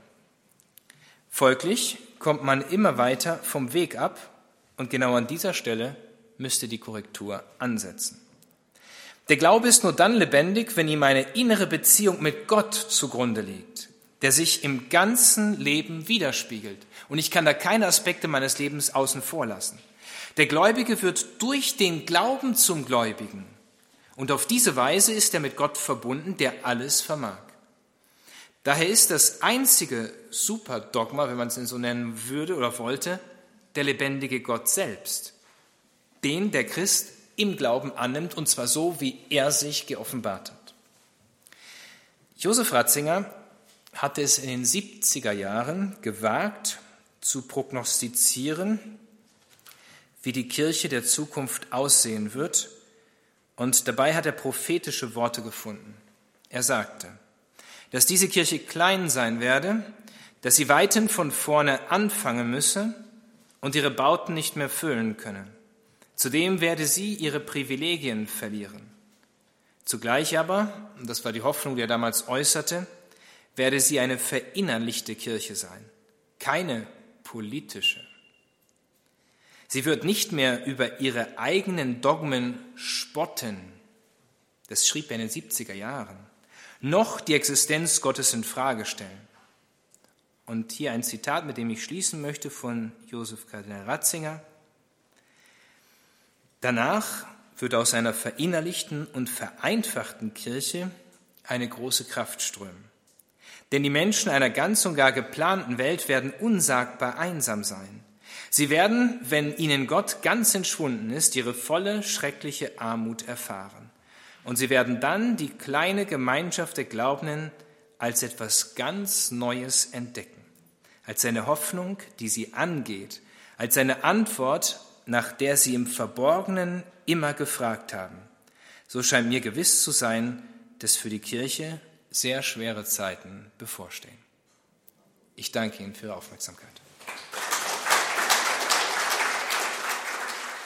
Folglich kommt man immer weiter vom Weg ab und genau an dieser Stelle müsste die Korrektur ansetzen. Der Glaube ist nur dann lebendig, wenn ihm eine innere Beziehung mit Gott zugrunde liegt, der sich im ganzen Leben widerspiegelt. Und ich kann da keine Aspekte meines Lebens außen vor lassen. Der Gläubige wird durch den Glauben zum Gläubigen. Und auf diese Weise ist er mit Gott verbunden, der alles vermag. Daher ist das einzige Superdogma, wenn man es denn so nennen würde oder wollte, der lebendige Gott selbst, den der Christ im Glauben annimmt, und zwar so, wie er sich geoffenbart hat. Josef Ratzinger hatte es in den 70er Jahren gewagt, zu prognostizieren, wie die Kirche der Zukunft aussehen wird, und dabei hat er prophetische Worte gefunden. Er sagte, dass diese Kirche klein sein werde, dass sie weithin von vorne anfangen müsse und ihre Bauten nicht mehr füllen könne. Zudem werde sie ihre Privilegien verlieren. Zugleich aber, und das war die Hoffnung, die er damals äußerte, werde sie eine verinnerlichte Kirche sein, keine politische. Sie wird nicht mehr über ihre eigenen Dogmen spotten, das schrieb er in den 70er Jahren, noch die Existenz Gottes in Frage stellen. Und hier ein Zitat, mit dem ich schließen möchte, von Josef Kardinal Ratzinger. Danach wird aus einer verinnerlichten und vereinfachten Kirche eine große Kraft strömen. Denn die Menschen einer ganz und gar geplanten Welt werden unsagbar einsam sein. Sie werden, wenn ihnen Gott ganz entschwunden ist, ihre volle, schreckliche Armut erfahren. Und sie werden dann die kleine Gemeinschaft der Glaubenden als etwas ganz Neues entdecken, als eine Hoffnung, die sie angeht, als eine Antwort, nach der sie im Verborgenen immer gefragt haben. So scheint mir gewiss zu sein, dass für die Kirche sehr schwere Zeiten bevorstehen. Ich danke Ihnen für Ihre Aufmerksamkeit.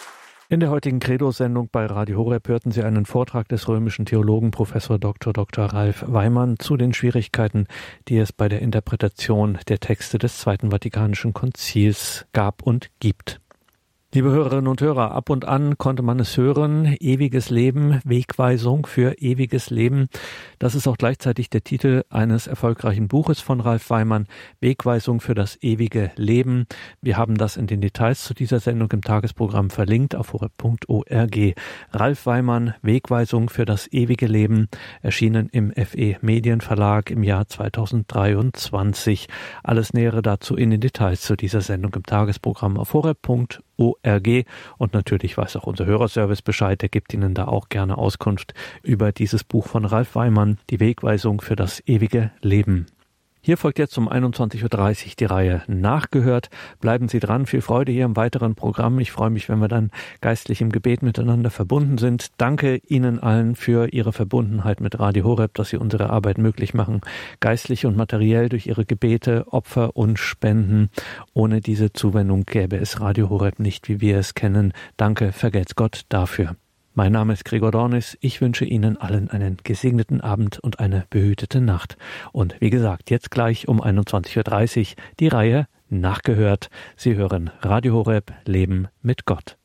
In der heutigen Credo-Sendung bei Radio Horeb hörten Sie einen Vortrag des römischen Theologen Professor Dr. Ralf Weimann zu den Schwierigkeiten, die es bei der Interpretation der Texte des Zweiten Vatikanischen Konzils gab und gibt. Liebe Hörerinnen und Hörer, ab und an konnte man es hören, ewiges Leben, Wegweisung für ewiges Leben. Das ist auch gleichzeitig der Titel eines erfolgreichen Buches von Ralf Weimann, Wegweisung für das ewige Leben. Wir haben das in den Details zu dieser Sendung im Tagesprogramm verlinkt auf horeb.org. Ralf Weimann, Wegweisung für das ewige Leben, erschienen im FE Medienverlag im Jahr 2023. Alles Nähere dazu in den Details zu dieser Sendung im Tagesprogramm auf horeb.org. Und natürlich weiß auch unser Hörerservice Bescheid, der gibt Ihnen da auch gerne Auskunft über dieses Buch von Ralf Weimann, die Wegweisung für das ewige Leben. Hier folgt jetzt um 21.30 Uhr die Reihe Nachgehört. Bleiben Sie dran, viel Freude hier im weiteren Programm. Ich freue mich, wenn wir dann geistlich im Gebet miteinander verbunden sind. Danke Ihnen allen für Ihre Verbundenheit mit Radio Horeb, dass Sie unsere Arbeit möglich machen, geistlich und materiell durch Ihre Gebete, Opfer und Spenden. Ohne diese Zuwendung gäbe es Radio Horeb nicht, wie wir es kennen. Danke, vergelt's Gott dafür. Mein Name ist Gregor Dornis. Ich wünsche Ihnen allen einen gesegneten Abend und eine behütete Nacht. Und wie gesagt, jetzt gleich um 21.30 Uhr die Reihe Nachgehört. Sie hören Radio Horeb, Leben mit Gott.